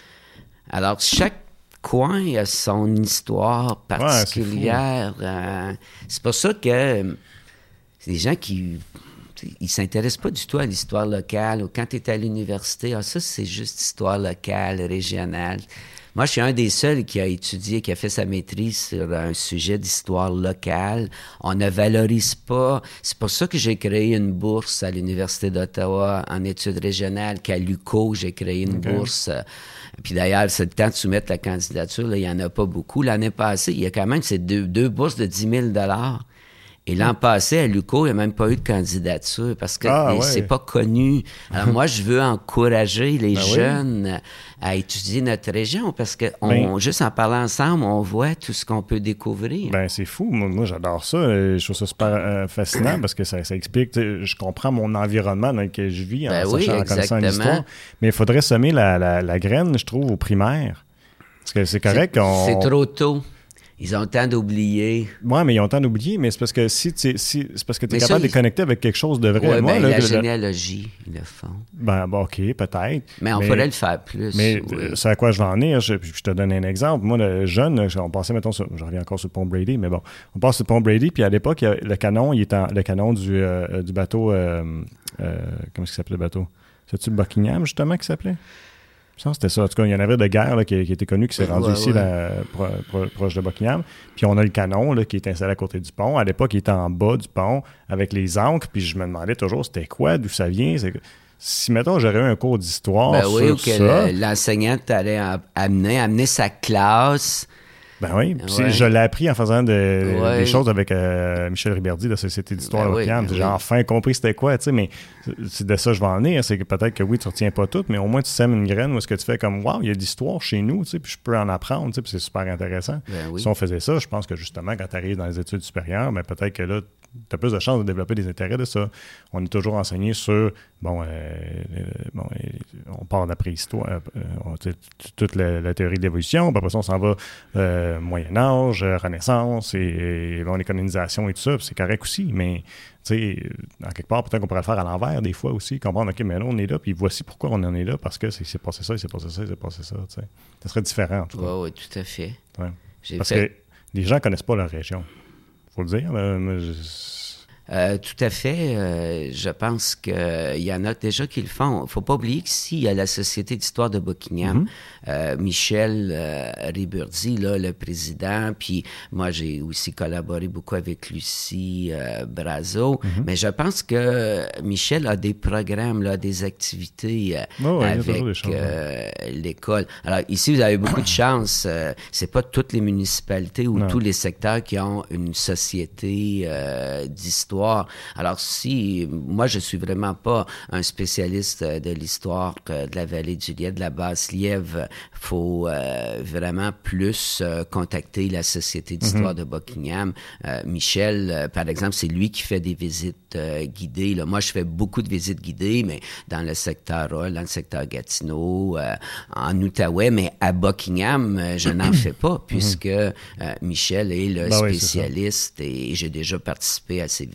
alors, chaque coin a son histoire particulière. Ouais, c'est, euh, c'est pour ça que c'est des gens qui... Ils ne s'intéressent pas du tout à l'histoire locale. Quand tu es à l'université, ah, ça, c'est juste histoire locale, régionale. Moi, je suis un des seuls qui a étudié, qui a fait sa maîtrise sur un sujet d'histoire locale. On ne valorise pas. C'est pour ça que j'ai créé une bourse à l'Université d'Ottawa en études régionales, qu'à l'U Q O, j'ai créé une okay. bourse. Puis d'ailleurs, c'est le temps de soumettre la candidature. Là, il n'y en a pas beaucoup. L'année passée, il y a quand même ces deux, deux bourses de dix mille dollars. Et l'an passé, à l'U Q O, il n'y a même pas eu de candidature parce que ah, ouais. c'est pas connu. Alors moi, je veux encourager les ben jeunes oui. à étudier notre région parce que on, ben, juste en parlant ensemble, on voit tout ce qu'on peut découvrir. Ben c'est fou. Moi, moi j'adore ça. Je trouve ça super euh, fascinant parce que ça, ça explique, je comprends mon environnement dans lequel je vis ben en, oui, sachant, en connaissant l'histoire. Mais il faudrait semer la, la, la graine, je trouve, au primaire. Parce que c'est correct c'est, qu'on... C'est trop tôt. Ils ont le temps d'oublier. Oui, mais ils ont le temps d'oublier, mais c'est parce que si, si c'est parce que tu es capable ça, de connecter avec quelque chose de vrai. Oui, Moi, ben, là, la le, généalogie, ils le font. Ben, bon, OK, peut-être. Mais on mais, pourrait le faire plus. Mais oui. c'est à quoi je vais en venir. Je, je te donne un exemple. Moi, le jeune, on passait, mettons, sur, je reviens encore sur le pont Brady, mais bon, on passe sur le pont Brady, puis à l'époque, il y a, le canon, il est en, le canon du, euh, du bateau, euh, euh, comment est-ce qu'il s'appelait le bateau? C'est-tu le Buckingham, justement, qui s'appelait? Je pense que c'était ça. En tout cas, il y a un navire de guerre là, qui, qui était connu, qui s'est rendu ouais, ici, ouais. Là, pro, pro, proche de Buckingham. Puis on a le canon là, qui est installé à côté du pont. À l'époque, il était en bas du pont avec les ancres. Puis je me demandais toujours, c'était quoi, d'où ça vient? C'est... Si, mettons, j'aurais eu un cours d'histoire ben sur oui, ou que ça... Le, l'enseignante allait amener, amener sa classe... Ben oui, puis ouais. je l'ai appris en faisant de, ouais. des choses avec euh, Michel Riberdy de la Société d'histoire ben locale. Oui, ben j'ai oui. enfin compris c'était quoi, tu sais, mais c'est de ça que je vais en venir. C'est que peut-être que oui, tu ne retiens pas tout, mais au moins tu sèmes une graine où est-ce que tu fais comme, wow, il y a de l'histoire chez nous, tu sais, puis je peux en apprendre, tu sais, puis c'est super intéressant. Ben oui. Si on faisait ça, je pense que justement, quand tu arrives dans les études supérieures, ben peut-être que là, tu as plus de chances de développer des intérêts de ça. On est toujours enseigné sur, bon, euh, euh, bon euh, on part de la préhistoire, euh, on, toute la, la théorie de l'évolution, puis après ça, on s'en va euh, Moyen-Âge, Renaissance, et, et bon, les colonisations et tout ça, c'est correct aussi, mais tu sais, en quelque part, peut-être qu'on pourrait le faire à l'envers des fois aussi, comprendre, OK, mais là, on est là, puis voici pourquoi on en est là, parce que c'est, c'est passé ça, c'est passé ça, c'est passé ça, tu sais. Ça serait différent, en tout cas. Oui, oui, tout à fait. Ouais. J'ai parce fait... que les gens ne connaissent pas leur région. Faut le dire. Là, moi, je... Euh, tout à fait. Euh, je pense qu'il euh, y en a déjà qui le font. Il ne faut pas oublier qu'ici, il y a la Société d'histoire de Buckingham. Mm-hmm. Euh, Michel euh, Riberdy, là, le président, puis moi, j'ai aussi collaboré beaucoup avec Lucie euh, Brazeau. Mm-hmm. Mais je pense que Michel a des programmes, là, des activités euh, oh, ouais, avec choses, euh, l'école. Alors, ici, vous avez beaucoup de chance. Euh, c'est pas toutes les municipalités ou non. tous les secteurs qui ont une société euh, d'histoire. Alors, si moi, je suis vraiment pas un spécialiste de l'histoire de la vallée du Lièvre, de la Basse-Lièvre, faut euh, vraiment plus euh, contacter la Société d'histoire mm-hmm. de Buckingham. Euh, Michel, euh, par exemple, c'est lui qui fait des visites euh, guidées. Là. Moi, je fais beaucoup de visites guidées, mais dans le secteur Hull, dans le secteur Gatineau, euh, en Outaouais, mais à Buckingham, euh, je n'en fais pas, puisque euh, Michel est le ben spécialiste oui, et j'ai déjà participé à ces visites.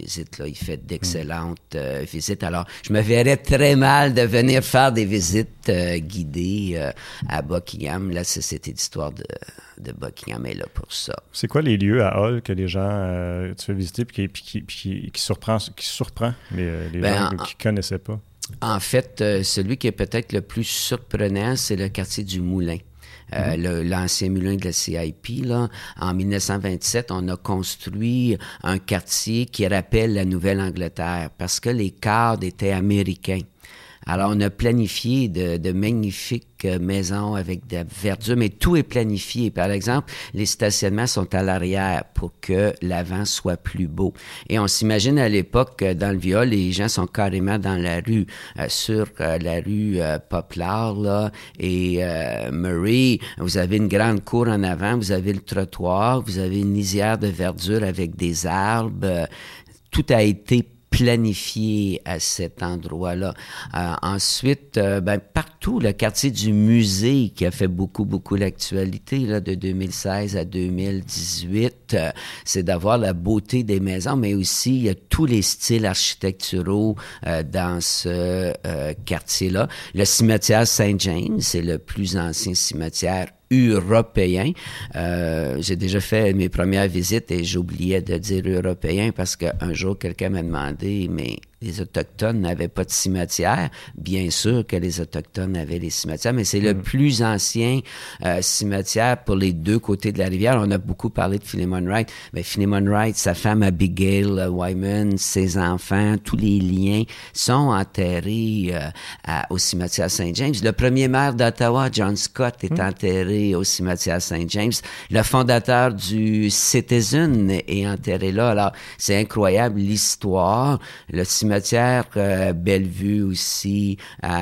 visite. Là. Il fait d'excellentes euh, visites. Alors, je me verrais très mal de venir faire des visites euh, guidées euh, à Buckingham. La Société d'histoire de, de Buckingham est là pour ça. C'est quoi les lieux à Hull que les gens, euh, tu fais visiter puis qui, puis qui, puis qui, qui, surprend, qui surprend les, les ben, gens en, qui ne connaissaient pas? En fait, euh, celui qui est peut-être le plus surprenant, c'est le quartier du Moulin. Euh, mm-hmm. le, l'ancien moulin de la C I P, là, en dix-neuf cent vingt-sept, on a construit un quartier qui rappelle la Nouvelle-Angleterre parce que les cadres étaient américains. Alors, on a planifié de, de magnifiques maisons avec de la verdure, mais tout est planifié. Par exemple, les stationnements sont à l'arrière pour que l'avant soit plus beau. Et on s'imagine à l'époque, dans le Vieux, les gens sont carrément dans la rue, euh, sur euh, la rue euh, Poplar, là, et euh, Murray. Vous avez une grande cour en avant, vous avez le trottoir, vous avez une lisière de verdure avec des arbres. Euh, tout a été planifié à cet endroit-là. Euh, ensuite, euh, ben, partout, le quartier du musée qui a fait beaucoup, beaucoup l'actualité là, de deux mille seize à deux mille dix-huit, euh, c'est d'avoir la beauté des maisons, mais aussi il y a tous les styles architecturaux euh, dans ce euh, quartier-là. Le cimetière Saint-James, c'est le plus ancien cimetière européen. Euh, j'ai déjà fait mes premières visites et j'oubliais de dire européen parce qu'un jour, quelqu'un m'a demandé, mais les Autochtones n'avaient pas de cimetière. Bien sûr que les Autochtones avaient des cimetières, mais c'est mmh. le plus ancien euh, cimetière pour les deux côtés de la rivière. On a beaucoup parlé de Philemon Wright, mais Philemon Wright, sa femme Abigail Wyman, ses enfants, tous les liens sont enterrés euh, à, au cimetière Saint-James. Le premier maire d'Ottawa, John Scott, est mmh. enterré au cimetière Saint-James. Le fondateur du Citizen est enterré là. Alors, c'est incroyable l'histoire. Le cimetière cimetière euh, Bellevue aussi,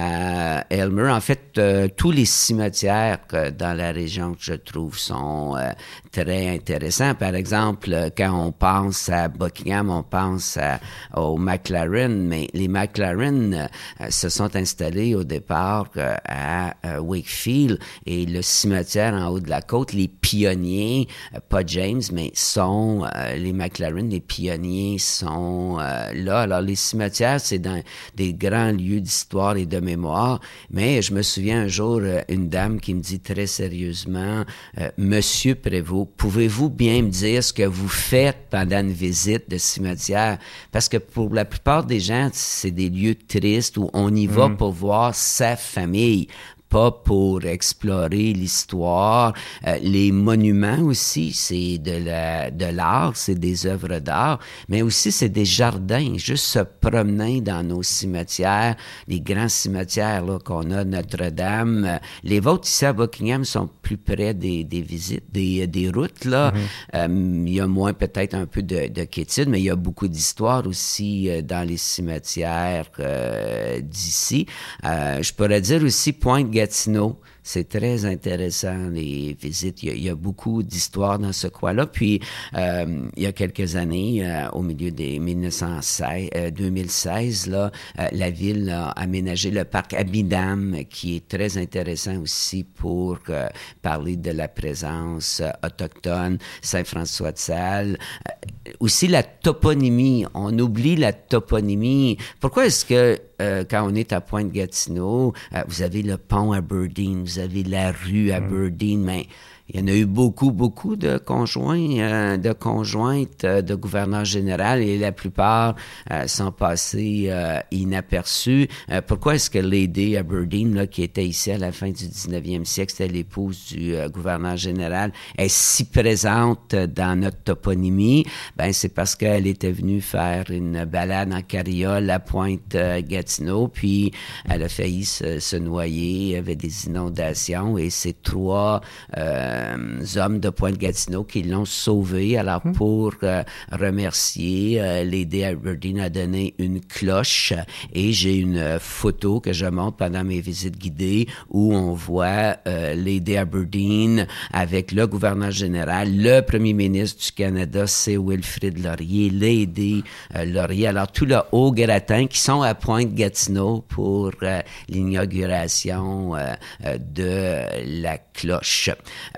à Elmer. En fait, euh, tous les cimetières euh, dans la région que je trouve sont euh, très intéressants. Par exemple, euh, quand on pense à Buckingham, on pense à, aux McLaren, mais les McLaren euh, se sont installés au départ euh, à euh, Wakefield et le cimetière en haut de la côte, les pionniers, euh, pas James, mais sont euh, les McLaren, les pionniers sont euh, là. Alors, les cimetières, c'est dans des grands lieux d'histoire et de mémoire. Mais je me souviens un jour, une dame qui me dit très sérieusement, euh, « Monsieur Prévost, pouvez-vous bien me dire ce que vous faites pendant une visite de cimetière? » Parce que pour la plupart des gens, c'est des lieux tristes où on y va mmh. pour voir sa famille. Pas pour explorer l'histoire. Euh, les monuments aussi, c'est de la de l'art, c'est des œuvres d'art, mais aussi c'est des jardins. Juste se promener dans nos cimetières, les grands cimetières là, qu'on a, Notre-Dame. Euh, les vôtres ici à Buckingham sont plus près des, des visites, des, des routes. Là. Mm-hmm. Euh, il y a moins peut-être un peu de, de quiétude, mais il y a beaucoup d'histoire aussi euh, dans les cimetières euh, d'ici. Euh, je pourrais dire aussi Pointe Gatineau, c'est très intéressant, les visites. Il y a, il y a beaucoup d'histoires dans ce coin-là. Puis, euh, il y a quelques années, euh, au milieu des mille neuf cent seize, euh, deux mille seize, là, euh, la ville a aménagé le parc Abidam, qui est très intéressant aussi pour euh, parler de la présence euh, autochtone, Saint-François-de-Sales. Euh, aussi, la toponymie. On oublie la toponymie. Pourquoi est-ce que Euh, quand on est à Pointe-Gatineau, euh, vous avez le pont Aberdeen, vous avez la rue Aberdeen, mais il y en a eu beaucoup, beaucoup de conjoints, euh, de conjointes euh, de gouverneur général et la plupart euh, sont passés euh, inaperçus. Euh, pourquoi est-ce que Lady Aberdeen, là, qui était ici à la fin du dix-neuvième siècle, c'était l'épouse du euh, gouverneur général, est si présente dans notre toponymie? Ben, c'est parce qu'elle était venue faire une balade en carriole à Pointe-Gatineau, puis elle a failli se, se noyer, il y avait des inondations et ces trois euh, hommes de Pointe-Gatineau qui l'ont sauvée. Alors, mmh. pour euh, remercier, euh, Lady Aberdeen a donné une cloche et j'ai une photo que je montre pendant mes visites guidées où on voit euh, Lady Aberdeen avec le gouverneur général, le premier ministre du Canada, c'est Wilfrid Laurier, Lady euh, Laurier. Alors, tout le haut gratin qui sont à Pointe-Gatineau pour euh, l'inauguration euh, euh, de la cloche.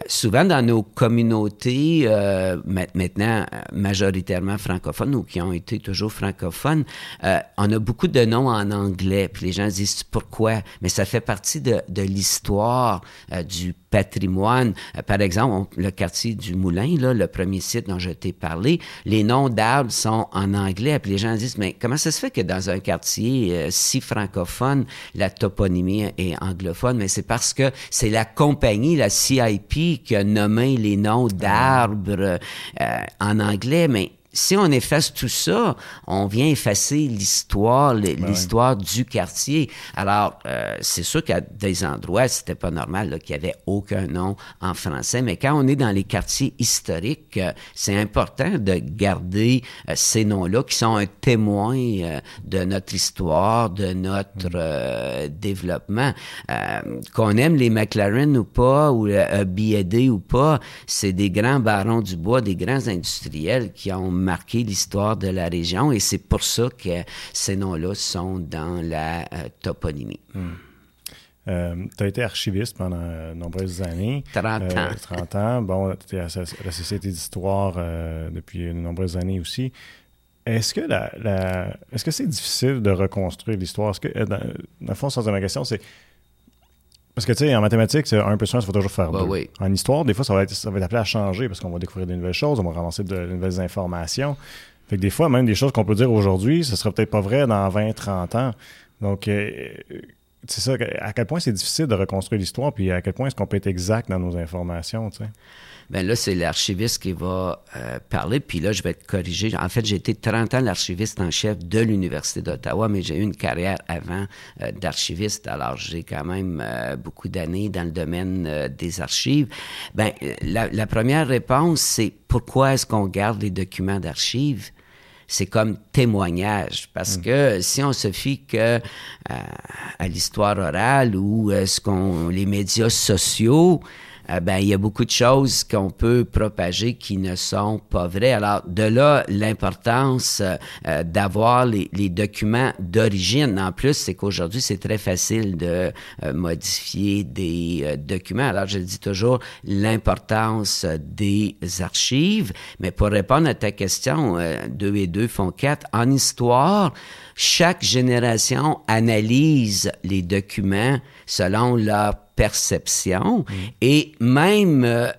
souvent dans nos communautés, euh, maintenant majoritairement francophones ou qui ont été toujours francophones, euh, on a beaucoup de noms en anglais. Puis les gens se disent pourquoi? Mais ça fait partie de, de l'histoire euh, du patrimoine. Euh, par exemple, on, le quartier du Moulin, là, le premier site dont je t'ai parlé, les noms d'arbres sont en anglais. Puis les gens disent, mais comment ça se fait que dans un quartier euh, si francophone, la toponymie est anglophone? Mais c'est parce que c'est la compagnie, la C I P, qui a nommé les noms d'arbres euh, en anglais. Mais si on efface tout ça, on vient effacer l'histoire, l'histoire ouais. du quartier. Alors, euh, c'est sûr qu'à des endroits, c'était pas normal là, qu'il y avait aucun nom en français, mais quand on est dans les quartiers historiques, euh, c'est important de garder euh, ces noms-là qui sont un témoin euh, de notre histoire, de notre euh, développement. Euh, qu'on aime les McLaren ou pas, ou le B A D ou pas, c'est des grands barons du bois, des grands industriels qui ont marqué l'histoire de la région et c'est pour ça que ces noms-là sont dans la euh, toponymie. Hum. Euh, tu as été archiviste pendant euh, nombreuses années. trente ans. Euh, trente ans. Bon, tu es à la Société d'histoire euh, depuis de nombreuses années aussi. Est-ce que la, la, est-ce que c'est difficile de reconstruire l'histoire? Est-ce que, dans, dans le fond, sans ma question, c'est parce que, tu sais, en mathématiques, c'est un plus un, ça va toujours faire bah, deux. Oui. En histoire, des fois, ça va, être, ça va être appelé à changer parce qu'on va découvrir de nouvelles choses, on va ramasser de, de nouvelles informations. Fait que des fois, même des choses qu'on peut dire aujourd'hui, ce serait peut-être pas vrai dans vingt, trente ans. Donc, euh, c'est ça, à quel point c'est difficile de reconstruire l'histoire, puis à quel point est-ce qu'on peut être exact dans nos informations, tu sais? Bien là, c'est l'archiviste qui va euh, parler, puis là, je vais te corriger. En fait, j'ai été trente ans l'archiviste en chef de l'Université d'Ottawa, mais j'ai eu une carrière avant euh, d'archiviste, alors j'ai quand même euh, beaucoup d'années dans le domaine euh, des archives. Bien, la, la première réponse, c'est pourquoi est-ce qu'on garde les documents d'archives? C'est comme témoignage, parce mmh. que si on se fie que euh, à l'histoire orale ou euh, ce qu'on les médias sociaux, euh, ben il y a beaucoup de choses qu'on peut propager qui ne sont pas vraies. Alors de là l'importance euh, d'avoir les, les documents d'origine. En plus, c'est qu'aujourd'hui c'est très facile de euh, modifier des euh, documents. Alors je dis toujours l'importance des archives. Mais pour répondre à ta question, euh, deux et deux font quatre. En histoire, chaque génération analyse les documents selon leur perception. Mmh. Et même euh,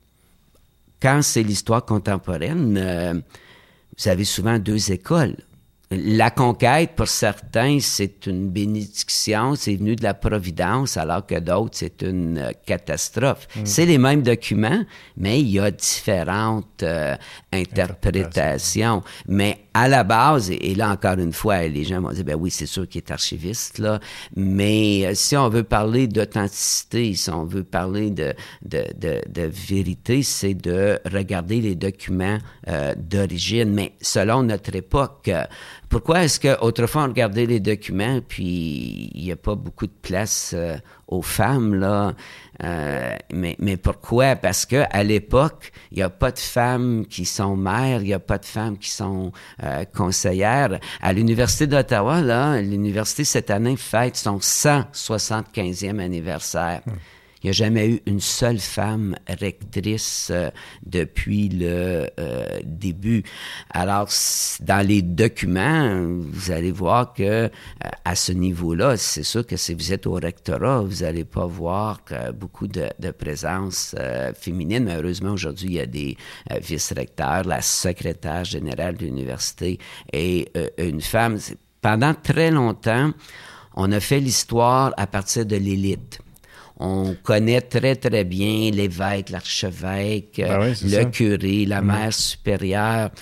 quand c'est l'histoire contemporaine, euh, vous avez souvent deux écoles. La conquête, pour certains, c'est une bénédiction, c'est venu de la providence, alors que d'autres, c'est une euh, catastrophe. Mmh. C'est les mêmes documents, mais il y a différentes euh, interprétations. Mais à la base, et, et là, encore une fois, les gens vont dire, ben oui, c'est sûr qu'il est archiviste, là, mais euh, si on veut parler d'authenticité, si on veut parler de, de, de, de vérité, c'est de regarder les documents euh, d'origine. Mais selon notre époque, euh, pourquoi est-ce qu'autrefois, on regardait les documents, puis il n'y a pas beaucoup de place euh, aux femmes, là? Euh, mais, mais pourquoi? Parce qu'à l'époque, il n'y a pas de femmes qui sont mères, il n'y a pas de femmes qui sont euh, conseillères. À l'Université d'Ottawa, là, l'université, cette année, fête son cent soixante-quinzième anniversaire. Mmh. Il n'y a jamais eu une seule femme rectrice euh, depuis le euh, début. Alors, dans les documents, vous allez voir que euh, à ce niveau-là, c'est sûr que si vous êtes au rectorat, vous n'allez pas voir euh, beaucoup de, de présence euh, féminine. Mais heureusement, aujourd'hui, il y a des euh, vice-recteurs, la secrétaire générale de l'université et euh, une femme. Pendant très longtemps, on a fait l'histoire à partir de l'élite. On connaît très, très bien l'évêque, l'archevêque, ben oui, le ça. curé, la mmh. mère supérieure.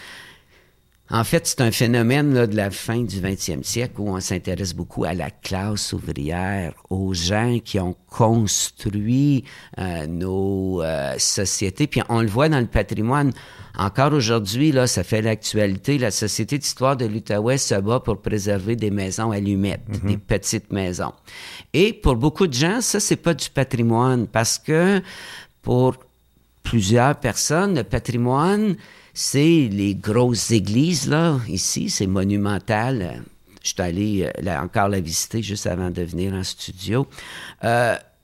En fait, c'est un phénomène là, de la fin du vingtième siècle où on s'intéresse beaucoup à la classe ouvrière, aux gens qui ont construit euh, nos euh, sociétés. Puis on le voit dans le patrimoine. Encore aujourd'hui, là, ça fait l'actualité. La Société d'histoire de l'Outaouais se bat pour préserver des maisons allumettes, mm-hmm. des petites maisons. Et pour beaucoup de gens, ça, c'est pas du patrimoine parce que pour plusieurs personnes, le patrimoine, c'est les grosses églises, là, ici, c'est monumental. Je suis allé là, encore la visiter juste avant de venir en studio. Euh,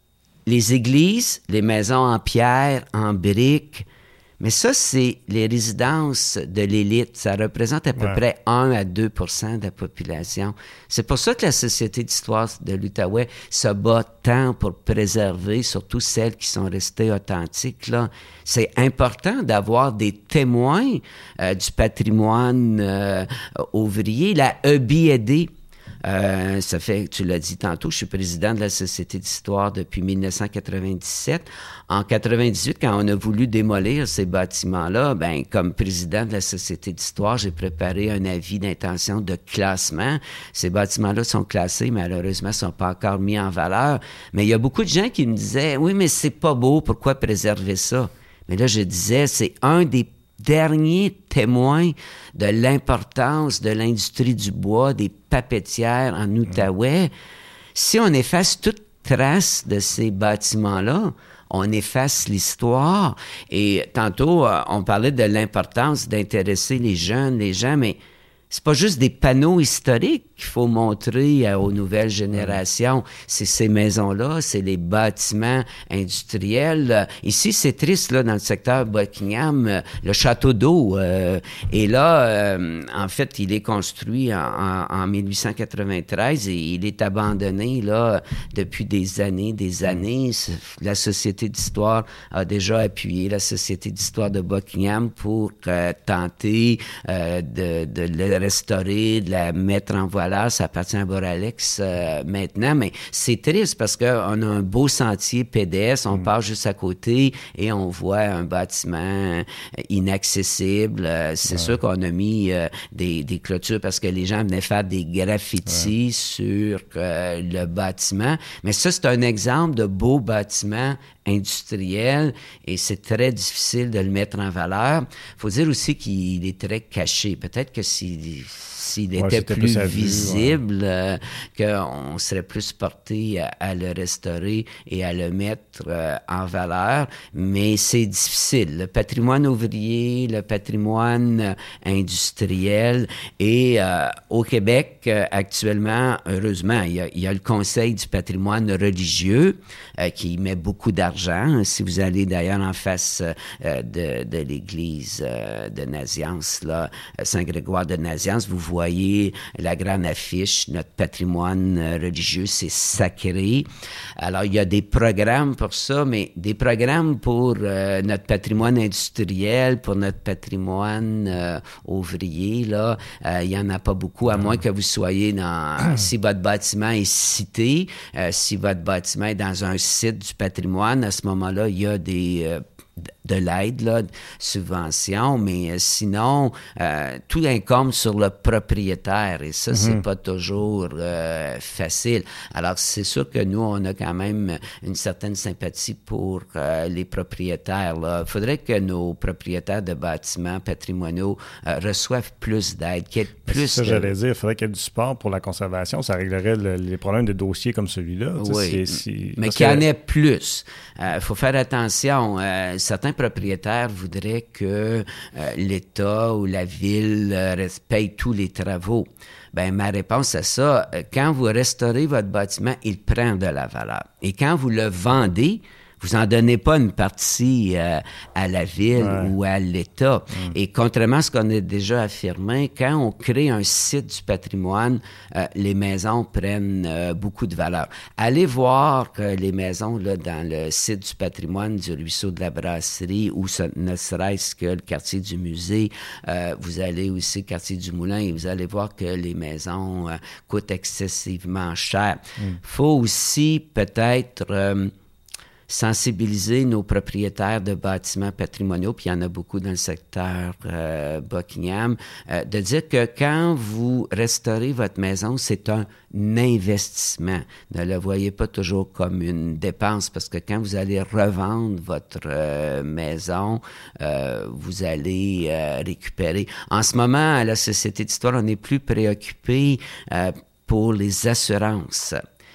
les églises, les maisons en pierre, en briques, mais ça, c'est les résidences de l'élite. Ça représente à peu ouais. près un à deux pour cent de la population. C'est pour ça que la Société d'histoire de l'Outaouais se bat tant pour préserver, surtout celles qui sont restées authentiques, là. C'est important d'avoir des témoins euh, du patrimoine euh, ouvrier. La E B I E D, Euh, ça fait, tu l'as dit tantôt, je suis président de la Société d'histoire depuis mille neuf cent quatre-vingt-dix-sept. En quatre-vingt-dix-huit, quand on a voulu démolir ces bâtiments-là, ben, comme président de la Société d'histoire, j'ai préparé un avis d'intention de classement. Ces bâtiments-là sont classés, malheureusement, ne sont pas encore mis en valeur. Mais il y a beaucoup de gens qui me disaient, oui, mais c'est pas beau, pourquoi préserver ça? Mais là, je disais, c'est un des dernier témoin de l'importance de l'industrie du bois, des papetières en Outaouais. Si on efface toute trace de ces bâtiments-là, on efface l'histoire. Et tantôt, on parlait de l'importance d'intéresser les jeunes, les gens, mais c'est pas juste des panneaux historiques qu'il faut montrer aux nouvelles générations. C'est ces maisons-là, c'est les bâtiments industriels. Ici, c'est triste, là, dans le secteur Buckingham, le château d'eau. Euh, et là, euh, en fait, il est construit en, en, en mille huit cent quatre-vingt-treize et il est abandonné, là, depuis des années, des années. La Société d'histoire a déjà appuyé la Société d'histoire de Buckingham pour euh, tenter euh, de, de le restaurer, de la mettre en voie. Là, ça appartient à Boralex euh, maintenant, mais c'est triste parce qu'on a un beau sentier pédestre, on mm. passe juste à côté et on voit un bâtiment inaccessible. Euh, c'est ouais. sûr qu'on a mis euh, des, des clôtures parce que les gens venaient faire des graffitis ouais. sur euh, le bâtiment, mais ça, c'est un exemple de beau bâtiment industriel et c'est très difficile de le mettre en valeur. Il faut dire aussi qu'il est très caché. Peut-être que si... s'il ouais, était plus, plus visible, ouais. euh, qu'on serait plus porté à, à le restaurer et à le mettre euh, en valeur. Mais c'est difficile. Le patrimoine ouvrier, le patrimoine industriel. Et euh, au Québec, euh, actuellement, heureusement, il y, a, il y a le Conseil du patrimoine religieux euh, qui met beaucoup d'argent. Si vous allez d'ailleurs en face euh, de, de l'église euh, de Naziance, là, Saint-Grégoire de Naziance, vous voyez voyez la grande affiche, notre patrimoine religieux, c'est sacré. Alors, il y a des programmes pour ça, mais des programmes pour euh, notre patrimoine industriel, pour notre patrimoine euh, ouvrier, là, euh, il n'y en a pas beaucoup, à moins que vous soyez dans... si votre bâtiment est cité, euh, si votre bâtiment est dans un site du patrimoine, à ce moment-là, il y a des... Euh, de l'aide, là, de subvention, mais euh, sinon, euh, tout incombe sur le propriétaire et ça, mm-hmm. c'est pas toujours euh, facile. Alors, c'est sûr que nous, on a quand même une certaine sympathie pour euh, les propriétaires. Il faudrait que nos propriétaires de bâtiments patrimoniaux euh, reçoivent plus d'aide, qu'il y ait plus... C'est ça, de... j'allais dire, il faudrait qu'il y ait du support pour la conservation, ça réglerait le, les problèmes de dossiers comme celui-là. Oui, c'est, c'est... mais qu'il y en ait plus. Il euh, faut faire attention. Euh, certains propriétaires voudraient que euh, l'État ou la Ville euh, paye tous les travaux. Ben ma réponse à ça, euh, quand vous restaurez votre bâtiment, il prend de la valeur. Et quand vous le vendez, vous n'en donnez pas une partie euh, à la Ville ouais. ou à l'État. Mm. Et contrairement à ce qu'on a déjà affirmé, quand on crée un site du patrimoine, euh, les maisons prennent euh, beaucoup de valeur. Allez voir que les maisons là, dans le site du patrimoine du Ruisseau de la Brasserie ou ce, ne serait-ce que le quartier du musée, euh, vous allez aussi au quartier du Moulin et vous allez voir que les maisons euh, coûtent excessivement cher. Il mm. faut aussi peut-être... Euh, sensibiliser nos propriétaires de bâtiments patrimoniaux, puis il y en a beaucoup dans le secteur euh, Buckingham, euh, de dire que quand vous restaurez votre maison, c'est un investissement. Ne le voyez pas toujours comme une dépense, parce que quand vous allez revendre votre euh, maison, euh, vous allez euh, récupérer. En ce moment, à la Société d'histoire, on est plus préoccupé euh, pour les assurances.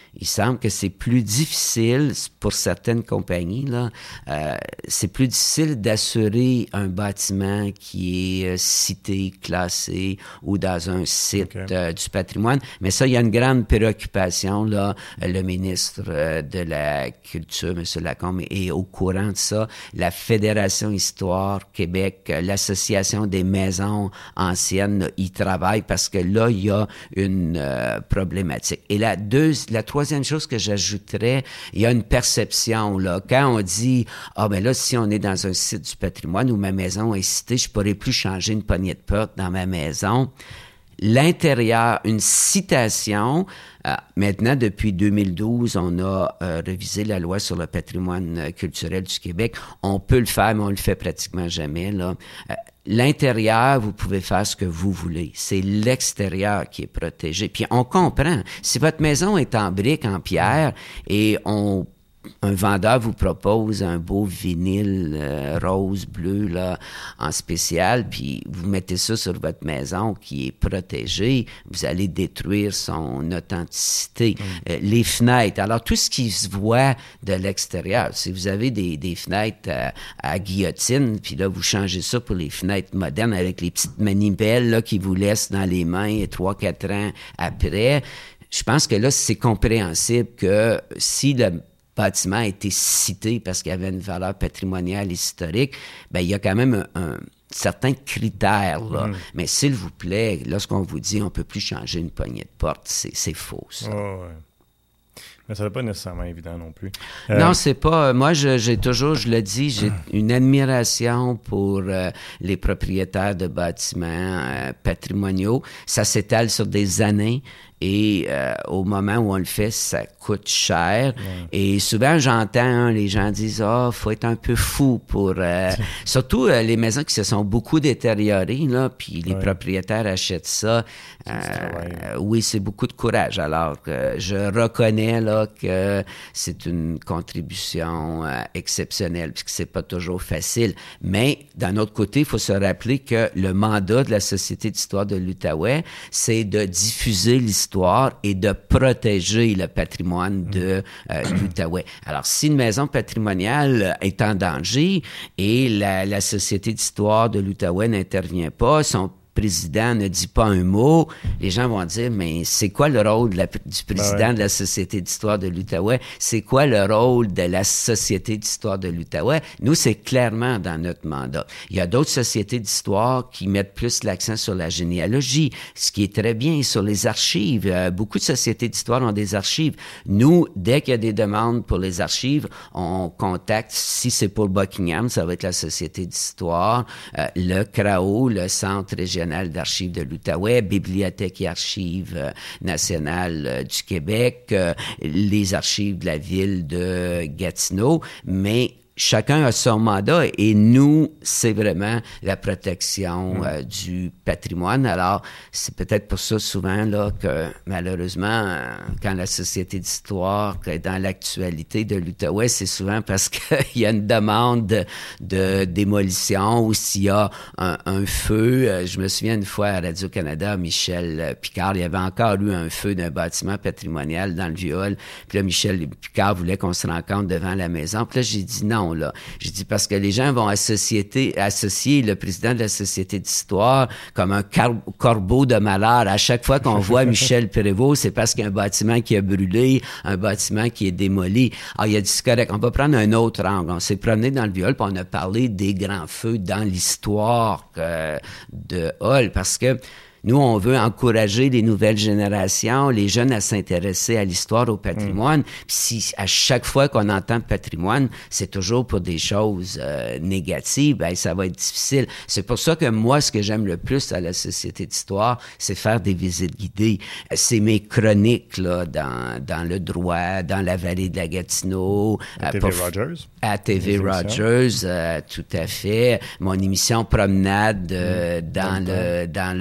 il semble que c'est plus difficile pour certaines compagnies, là, euh, c'est plus difficile d'assurer un bâtiment qui est euh, cité, classé ou dans un site okay. euh, du patrimoine. Mais ça, il y a une grande préoccupation, là. Le ministre euh, de la Culture, M. Lacombe, est au courant de ça. La Fédération Histoire Québec, euh, l'Association des maisons anciennes, là, y travaille parce que là, il y a une euh, problématique. Et la, deux, la troisième chose que j'ajouterais, il y a une perception, là. Quand on dit, ah, ben là, si on est dans un site du patrimoine où ma maison est citée, je ne pourrai plus changer une poignée de porte dans ma maison. L'intérieur, une citation, euh, maintenant, depuis deux mille douze, on a euh, révisé la loi sur le patrimoine euh, culturel du Québec. On peut le faire, mais on le fait pratiquement jamais, là. Euh, l'intérieur, vous pouvez faire ce que vous voulez. C'est l'extérieur qui est protégé. Puis on comprend. Si votre maison est en briques, en pierre, et on un vendeur vous propose un beau vinyle euh, rose, bleu, là, en spécial, puis vous mettez ça sur votre maison qui est protégée, vous allez détruire son authenticité. Mm. Euh, les fenêtres, alors tout ce qui se voit de l'extérieur, si vous avez des, des fenêtres à, à guillotine, puis là, vous changez ça pour les fenêtres modernes avec les petites manivelles là, qui vous laissent dans les mains trois quatre ans après, je pense que là, c'est compréhensible que si le bâtiment a été cité parce qu'il y avait une valeur patrimoniale historique, bien, il y a quand même un, un certain critère, là. Mm. Mais s'il vous plaît, lorsqu'on vous dit on ne peut plus changer une poignée de porte, c'est, c'est faux, ça. Oh, ouais. Mais ça n'est pas nécessairement évident non plus. Euh... Non, c'est pas... Moi, je, j'ai toujours, je le dis, j'ai une admiration pour euh, les propriétaires de bâtiments euh, patrimoniaux. Ça s'étale sur des années. Et euh, au moment où on le fait, ça coûte cher. Ouais. Et souvent, j'entends hein, les gens disent « Ah, oh, faut être un peu fou pour... Euh... » Surtout euh, les maisons qui se sont beaucoup détériorées, là, puis les ouais. propriétaires achètent ça. Euh, euh, oui, c'est beaucoup de courage. Alors, que je reconnais là que c'est une contribution euh, exceptionnelle, puisque c'est pas toujours facile. Mais, d'un autre côté, il faut se rappeler que le mandat de la Société d'histoire de l'Outaouais, c'est de diffuser l'histoire et de protéger le patrimoine de euh, l'Outaouais. Alors, si une maison patrimoniale est en danger et la, la Société d'histoire de l'Outaouais n'intervient pas, son président ne dit pas un mot, les gens vont dire, mais c'est quoi le rôle de la, du président ben ouais. de la Société d'histoire de l'Outaouais? C'est quoi le rôle de la Société d'histoire de l'Outaouais? Nous, c'est clairement dans notre mandat. Il y a d'autres sociétés d'histoire qui mettent plus l'accent sur la généalogie, ce qui est très bien, sur les archives. Euh, beaucoup de sociétés d'histoire ont des archives. Nous, dès qu'il y a des demandes pour les archives, on contacte, si c'est pour Buckingham, ça va être la Société d'histoire, euh, le C R A O, le Centre régional d'archives de l'Outaouais, Bibliothèque et archives euh, nationales euh, du Québec, euh, les archives de la ville de Gatineau, mais chacun a son mandat et nous, c'est vraiment la protection mmh. euh, du patrimoine. Alors, c'est peut-être pour ça souvent là que malheureusement, euh, quand la Société d'histoire est dans l'actualité de l'Outaouais, c'est souvent parce qu'il y a une demande de, de démolition ou s'il y a un, un feu. Euh, je me souviens une fois à Radio-Canada, Michel Picard, il y avait encore eu un feu d'un bâtiment patrimonial dans le Viol. Puis là, Michel Picard voulait qu'on se rencontre devant la maison. Puis là, j'ai dit non. Là. J'ai dit parce que les gens vont associer, associer le président de la Société d'histoire comme un car- corbeau de malheur. À chaque fois qu'on voit Michel Prévost, c'est parce qu'il y a un bâtiment qui a brûlé, un bâtiment qui est démoli. Ah, il a dit, c'est correct, on va prendre un autre angle. On s'est promené dans le Viol, puis on a parlé des grands feux dans l'histoire euh, de Hull, parce que nous, on veut encourager les nouvelles générations, les jeunes à s'intéresser à l'histoire, au patrimoine. Mmh. Puis si à chaque fois qu'on entend patrimoine, c'est toujours pour des choses euh, négatives, ben ça va être difficile. C'est pour ça que moi, ce que j'aime le plus à la Société d'histoire, c'est faire des visites guidées. C'est mes chroniques là dans dans le droit, dans la vallée de la Gatineau. À euh, T V Rogers. À T V Rogers, euh, tout à fait. Mon émission Promenade euh, mmh. dans, le, dans le temps.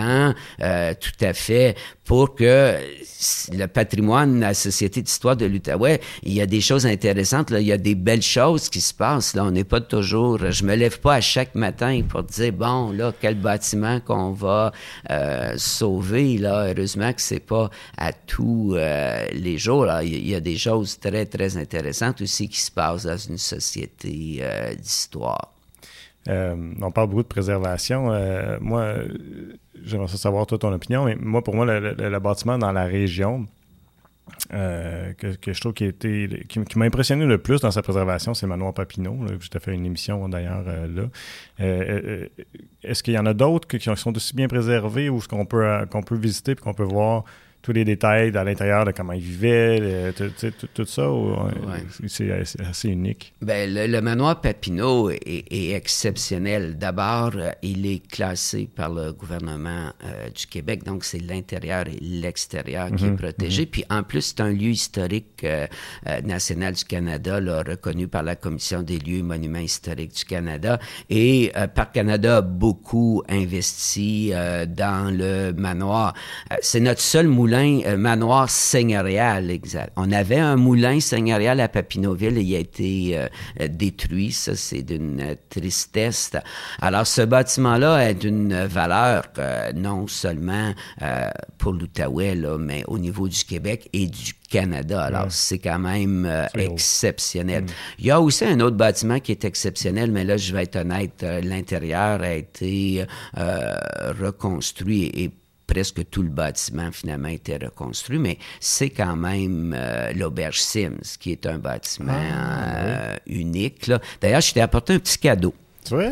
bâtiment, euh, tout à fait, pour que le patrimoine, la Société d'histoire de l'Outaouais, il y a des choses intéressantes, là, il y a des belles choses qui se passent, là, on n'est pas toujours, je me lève pas à chaque matin pour dire, bon, là, quel bâtiment qu'on va euh, sauver, là, heureusement que c'est pas à tous euh, les jours, là, il y a des choses très, très intéressantes aussi qui se passent dans une société euh, d'histoire. Euh, on parle beaucoup de préservation. Euh, moi, j'aimerais savoir toi ton opinion, mais moi, pour moi, le, le, le bâtiment dans la région euh, que, que je trouve qui, a été, qui, qui m'a impressionné le plus dans sa préservation, c'est le manoir Papineau. Là, je t'ai fait une émission d'ailleurs euh, là. Euh, euh, est-ce qu'il y en a d'autres qui, qui sont aussi bien préservés ou ce qu'on peut, euh, qu'on peut visiter et qu'on peut voir tous les détails à l'intérieur de comment ils vivaient, le, tout, tout, tout ça, ou, ouais. c'est, c'est assez unique. Ben, le, le manoir Papineau est, est exceptionnel. D'abord, euh, il est classé par le gouvernement euh, du Québec, donc c'est l'intérieur et l'extérieur qui mm-hmm. est protégé. Mm-hmm. Puis en plus, c'est un lieu historique euh, euh, national du Canada, là, reconnu par la Commission des lieux et monuments historiques du Canada. Et euh, Parc Canada a beaucoup investi euh, dans le manoir. Euh, c'est notre seul moulin Euh, manoir seigneurial, exact. On avait un moulin seigneurial à Papineauville et il a été euh, détruit. Ça, c'est d'une tristesse. Alors, ce bâtiment-là a d'une valeur euh, non seulement euh, pour l'Outaouais, là, mais au niveau du Québec et du Canada. Alors, ouais. c'est quand même euh, exceptionnel. Mmh. Il y a aussi un autre bâtiment qui est exceptionnel, mais là, je vais être honnête, euh, l'intérieur a été euh, reconstruit et presque tout le bâtiment, finalement, a été reconstruit, mais c'est quand même euh, l'Auberge Sims, qui est un bâtiment ah, euh, oui. unique. Là. D'ailleurs, je t'ai apporté un petit cadeau. C'est vrai?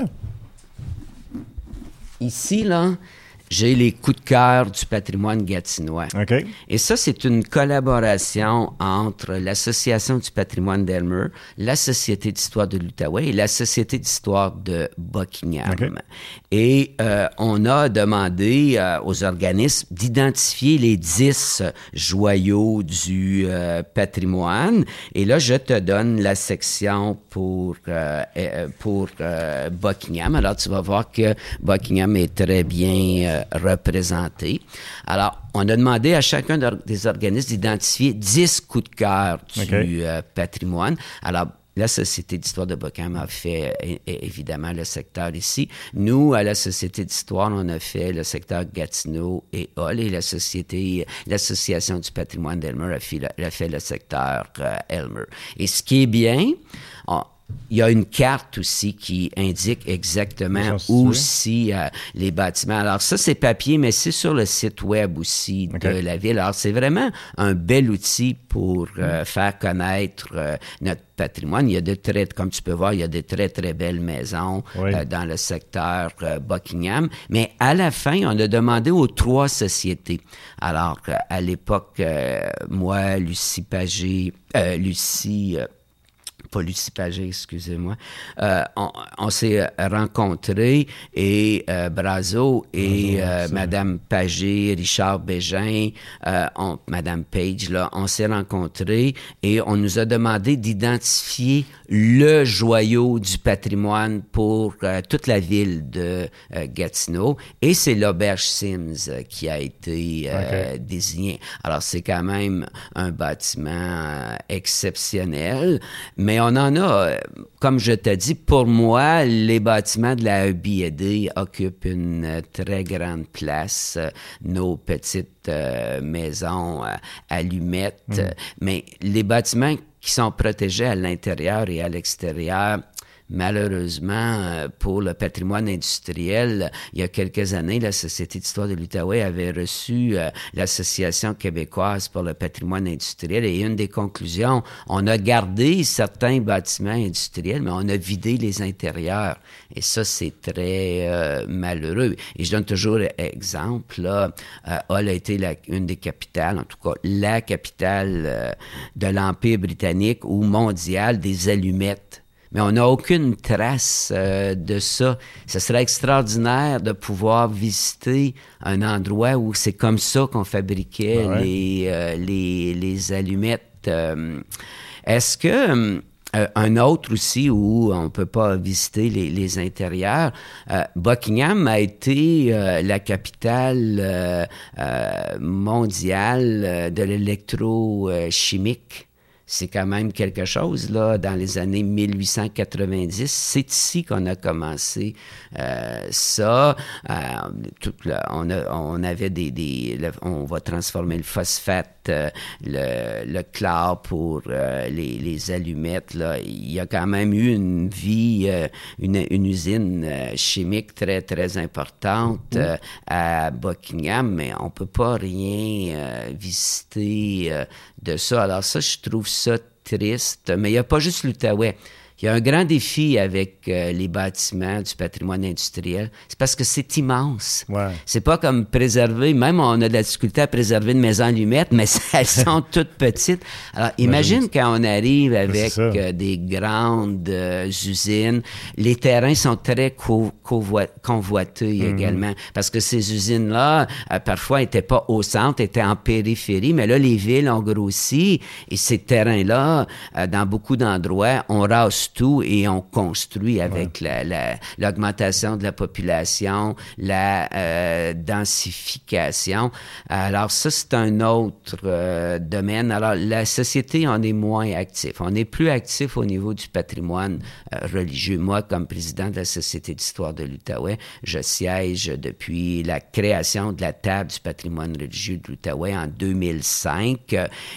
Ici, là, j'ai les coups de cœur du patrimoine gatinois. Okay. Et ça, c'est une collaboration entre l'Association du patrimoine d'Aylmer, la Société d'histoire de l'Outaouais et la Société d'histoire de Buckingham. Okay. Et euh, on a demandé euh, aux organismes d'identifier les dix joyaux du euh, patrimoine. Et là, je te donne la section pour, euh, pour euh, Buckingham. Alors, tu vas voir que Buckingham est très bien euh, représenté. Alors, on a demandé à chacun des organismes d'identifier dix coups de cœur du okay. euh, patrimoine. Alors, la Société d'histoire de Buckingham a fait é- évidemment le secteur ici. Nous, à la Société d'histoire, on a fait le secteur Gatineau et Hull, et la Société, l'Association du patrimoine d'Aylmer a fait le, a fait le secteur euh, Aylmer. Et ce qui est bien, on, il y a une carte aussi qui indique exactement aussi euh, les bâtiments. Alors ça, c'est papier, mais c'est sur le site web aussi de okay. la ville. Alors c'est vraiment un bel outil pour euh, faire connaître euh, notre patrimoine. Il y a de très, comme tu peux voir, il y a de très, très belles maisons oui. euh, dans le secteur euh, Buckingham. Mais à la fin, on a demandé aux trois sociétés. Alors, euh, à l'époque, euh, moi, Lucie Pagé, euh, Lucie... Euh, pas Lucie Pagé, excusez-moi, euh, on, on s'est rencontrés et euh, Brazo et euh, Madame Pagé, Richard Bégin, euh, on, Madame Page, là, on s'est rencontrés et on nous a demandé d'identifier le joyau du patrimoine pour euh, toute la ville de euh, Gatineau, et c'est l'Auberge Sims euh, qui a été euh, okay. désigné. Alors, c'est quand même un bâtiment euh, exceptionnel, mais on en a, comme je t'ai dit, pour moi, les bâtiments de la A B A D occupent une très grande place. Nos petites euh, maisons euh, allumettes, mmh. mais les bâtiments qui sont protégés à l'intérieur et à l'extérieur, malheureusement, pour le patrimoine industriel, il y a quelques années, la Société d'histoire de l'Outaouais avait reçu euh, l'Association québécoise pour le patrimoine industriel, et une des conclusions, on a gardé certains bâtiments industriels, mais on a vidé les intérieurs. Et ça, c'est très euh, malheureux. Et je donne toujours exemple, là, euh, Hull a été la, une des capitales, en tout cas la capitale euh, de l'Empire britannique ou mondial des allumettes. Mais on n'a aucune trace euh, de ça. Ce serait extraordinaire de pouvoir visiter un endroit où c'est comme ça qu'on fabriquait ouais. les, euh, les, les allumettes. Euh, est-ce que... Euh, un autre aussi où on ne peut pas visiter les, les intérieurs. Euh, Buckingham a été euh, la capitale euh, euh, mondiale de l'électrochimique. C'est quand même quelque chose, là, dans les années mille huit cent quatre-vingt-dix. C'est ici qu'on a commencé euh, ça. Euh, tout le, on, a, on avait des... des le, on va transformer le phosphate, euh, le, le chlore pour euh, les, les allumettes. Là. Il y a quand même eu une vie, euh, une, une usine euh, chimique très, très importante euh, à Buckingham, mais on ne peut pas rien euh, visiter euh, de ça. Alors ça, je trouve ça triste. Mais il n'y a pas juste l'Outaouais. Il y a un grand défi avec euh, les bâtiments du patrimoine industriel. C'est parce que c'est immense. Ouais. C'est pas comme préserver, même on a de la difficulté à préserver une maison allumettes, mais elles sont toutes petites. Alors, imagine, imagine quand on arrive avec euh, des grandes euh, usines, les terrains sont très co- co- convoités mm-hmm. également, parce que ces usines-là, euh, parfois, n'étaient pas au centre, étaient en périphérie, mais là, les villes ont grossi, et ces terrains-là, euh, dans beaucoup d'endroits, on rase tout et on construit avec ouais. la, la, l'augmentation de la population, la euh, densification. Alors ça, c'est un autre euh, domaine. Alors la société, on est moins actif. On est plus actif au niveau du patrimoine euh, religieux. Moi, comme président de la Société d'histoire de l'Outaouais, je siège depuis la création de la table du patrimoine religieux de l'Outaouais en deux mille cinq.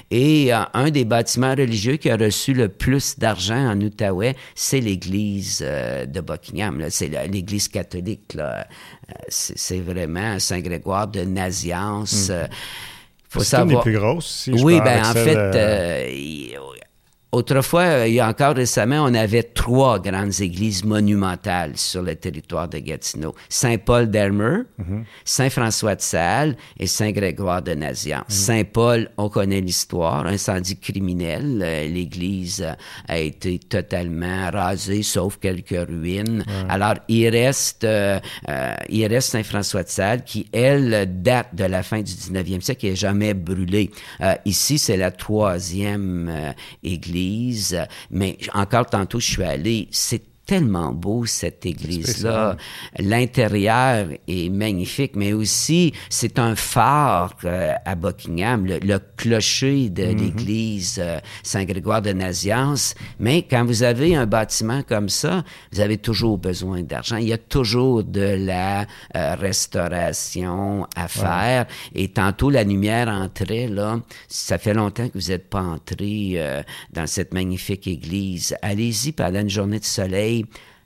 Et euh, un des bâtiments religieux qui a reçu le plus d'argent en Outaouais, c'est l'église euh, de Buckingham. Là. C'est la, l'église catholique. Là. Euh, c'est, c'est vraiment Saint-Grégoire de Nazianze. Mmh. Euh, faut c'est savoir... une des plus grosses. Si oui, je ben en celle, fait, euh... euh, il... autrefois, il y a encore récemment, on avait trois grandes églises monumentales sur le territoire de Gatineau. Saint-Paul d'Elmer, mm-hmm. Saint-François de Sales et Saint-Grégoire de Nazianze. Mm-hmm. Saint-Paul, on connaît l'histoire, incendie criminel. L'église a été totalement rasée, sauf quelques ruines. Ouais. Alors, il reste, euh, euh, il reste Saint-François de Sales qui, elle, date de la fin du dix-neuvième siècle et n'est jamais brûlée. Euh, ici, c'est la troisième euh, église. Mais encore tantôt, je suis allé, c'est tellement beau, cette église-là. L'intérieur est magnifique, mais aussi, c'est un phare euh, à Buckingham, le, le clocher de mm-hmm. l'église euh, Saint-Grégoire de Nazianze. Mais quand vous avez un bâtiment comme ça, vous avez toujours besoin d'argent. Il y a toujours de la euh, restauration à faire. Ouais. Et tantôt, la lumière entrait, là. Ça fait longtemps que vous n'êtes pas entré euh, dans cette magnifique église. Allez-y pendant une journée de soleil.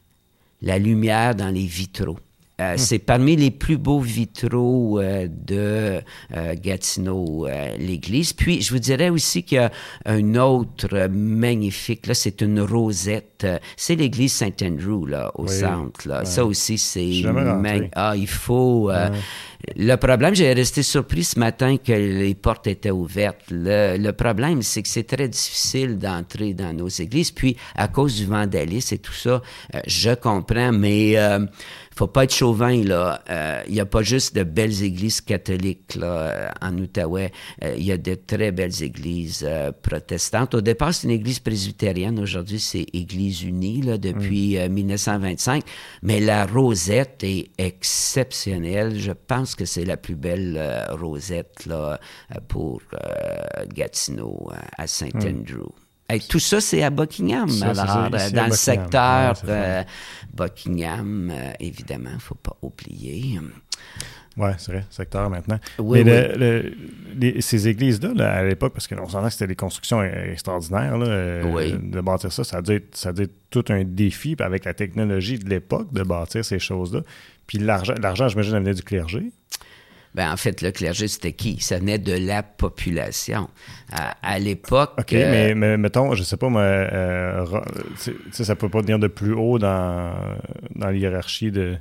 La lumière dans les vitraux. Euh, mmh. C'est parmi les plus beaux vitraux euh, de euh, Gatineau, euh, l'église. Puis, je vous dirais aussi qu'il y a un autre magnifique, là, c'est une rosette. C'est l'église Saint-Andrew, là, au oui. centre. Là. Ouais. Ça aussi, c'est... Mag... Ah, il faut... Euh, ouais. Le problème, j'ai resté surpris ce matin que les portes étaient ouvertes. Le, le problème, c'est que c'est très difficile d'entrer dans nos églises. Puis, à cause du vandalisme et tout ça, euh, je comprends, mais euh, faut pas être chauvin, là. Euh, il y a pas juste de belles églises catholiques, là, en Outaouais. Euh, il y a de très belles églises euh, protestantes. Au départ, c'est une église presbytérienne. Aujourd'hui, c'est Église unie, là, depuis mmh. euh, dix-neuf cent vingt-cinq. Mais la rosette est exceptionnelle. Je pense que c'est la plus belle euh, rosette là, pour euh, Gatineau, à Saint-Andrew. Mmh. Et tout ça, c'est à Buckingham. Ça, alors, c'est ça, dans le secteur ouais, euh, Buckingham, euh, évidemment, il ne faut pas oublier. Oui, c'est vrai, secteur maintenant. Oui, Mais oui. Le, le, les, ces églises-là, là, à l'époque, parce qu'on s'entend que c'était des constructions extraordinaires, là, oui. de bâtir ça, ça a, dû être, ça a dû être tout un défi avec la technologie de l'époque de bâtir ces choses-là. Puis l'argent, l'argent j'imagine, venait du clergé. Ben, en fait, le clergé, c'était qui? Ça venait de la population. À, à l'époque... OK, euh... mais, mais mettons, je sais pas, moi, euh, ça ne peut pas venir de plus haut dans, dans la hiérarchie de...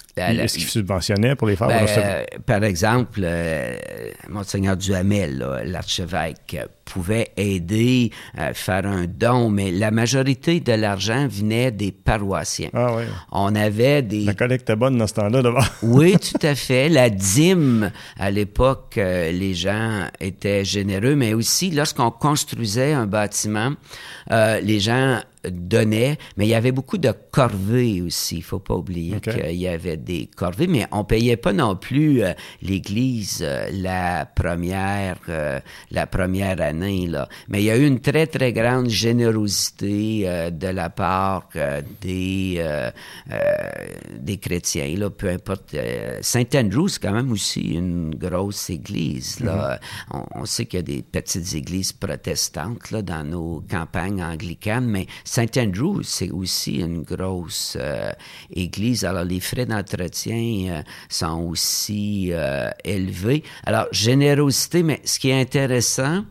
Est-ce qu'il subventionnait pour les faire? Ben, euh, par exemple, euh, Monseigneur Duhamel, là, l'archevêque, pouvait aider à faire un don, mais la majorité de l'argent venait des paroissiens. Ah oui. On avait des... La collecte était bonne dans ce temps-là, d'abord. Oui, tout à fait. La dîme, à l'époque, euh, les gens étaient généreux, mais aussi, lorsqu'on construisait un bâtiment, euh, les gens donnaient, mais il y avait beaucoup de corvées aussi. Il ne faut pas oublier okay. qu'il y avait des corvées, mais on ne payait pas non plus euh, l'Église euh, la première euh, la première année. Là. Mais il y a eu une très, très grande générosité euh, de la part euh, des, euh, euh, des chrétiens, là, peu importe. Euh, Saint-Andrew, c'est quand même aussi une grosse église. Là. Mm-hmm. On, on sait qu'il y a des petites églises protestantes là, dans nos campagnes anglicanes, mais Saint-Andrew, c'est aussi une grosse euh, église. Alors, les frais d'entretien euh, sont aussi euh, élevés. Alors, générosité, mais ce qui est intéressant,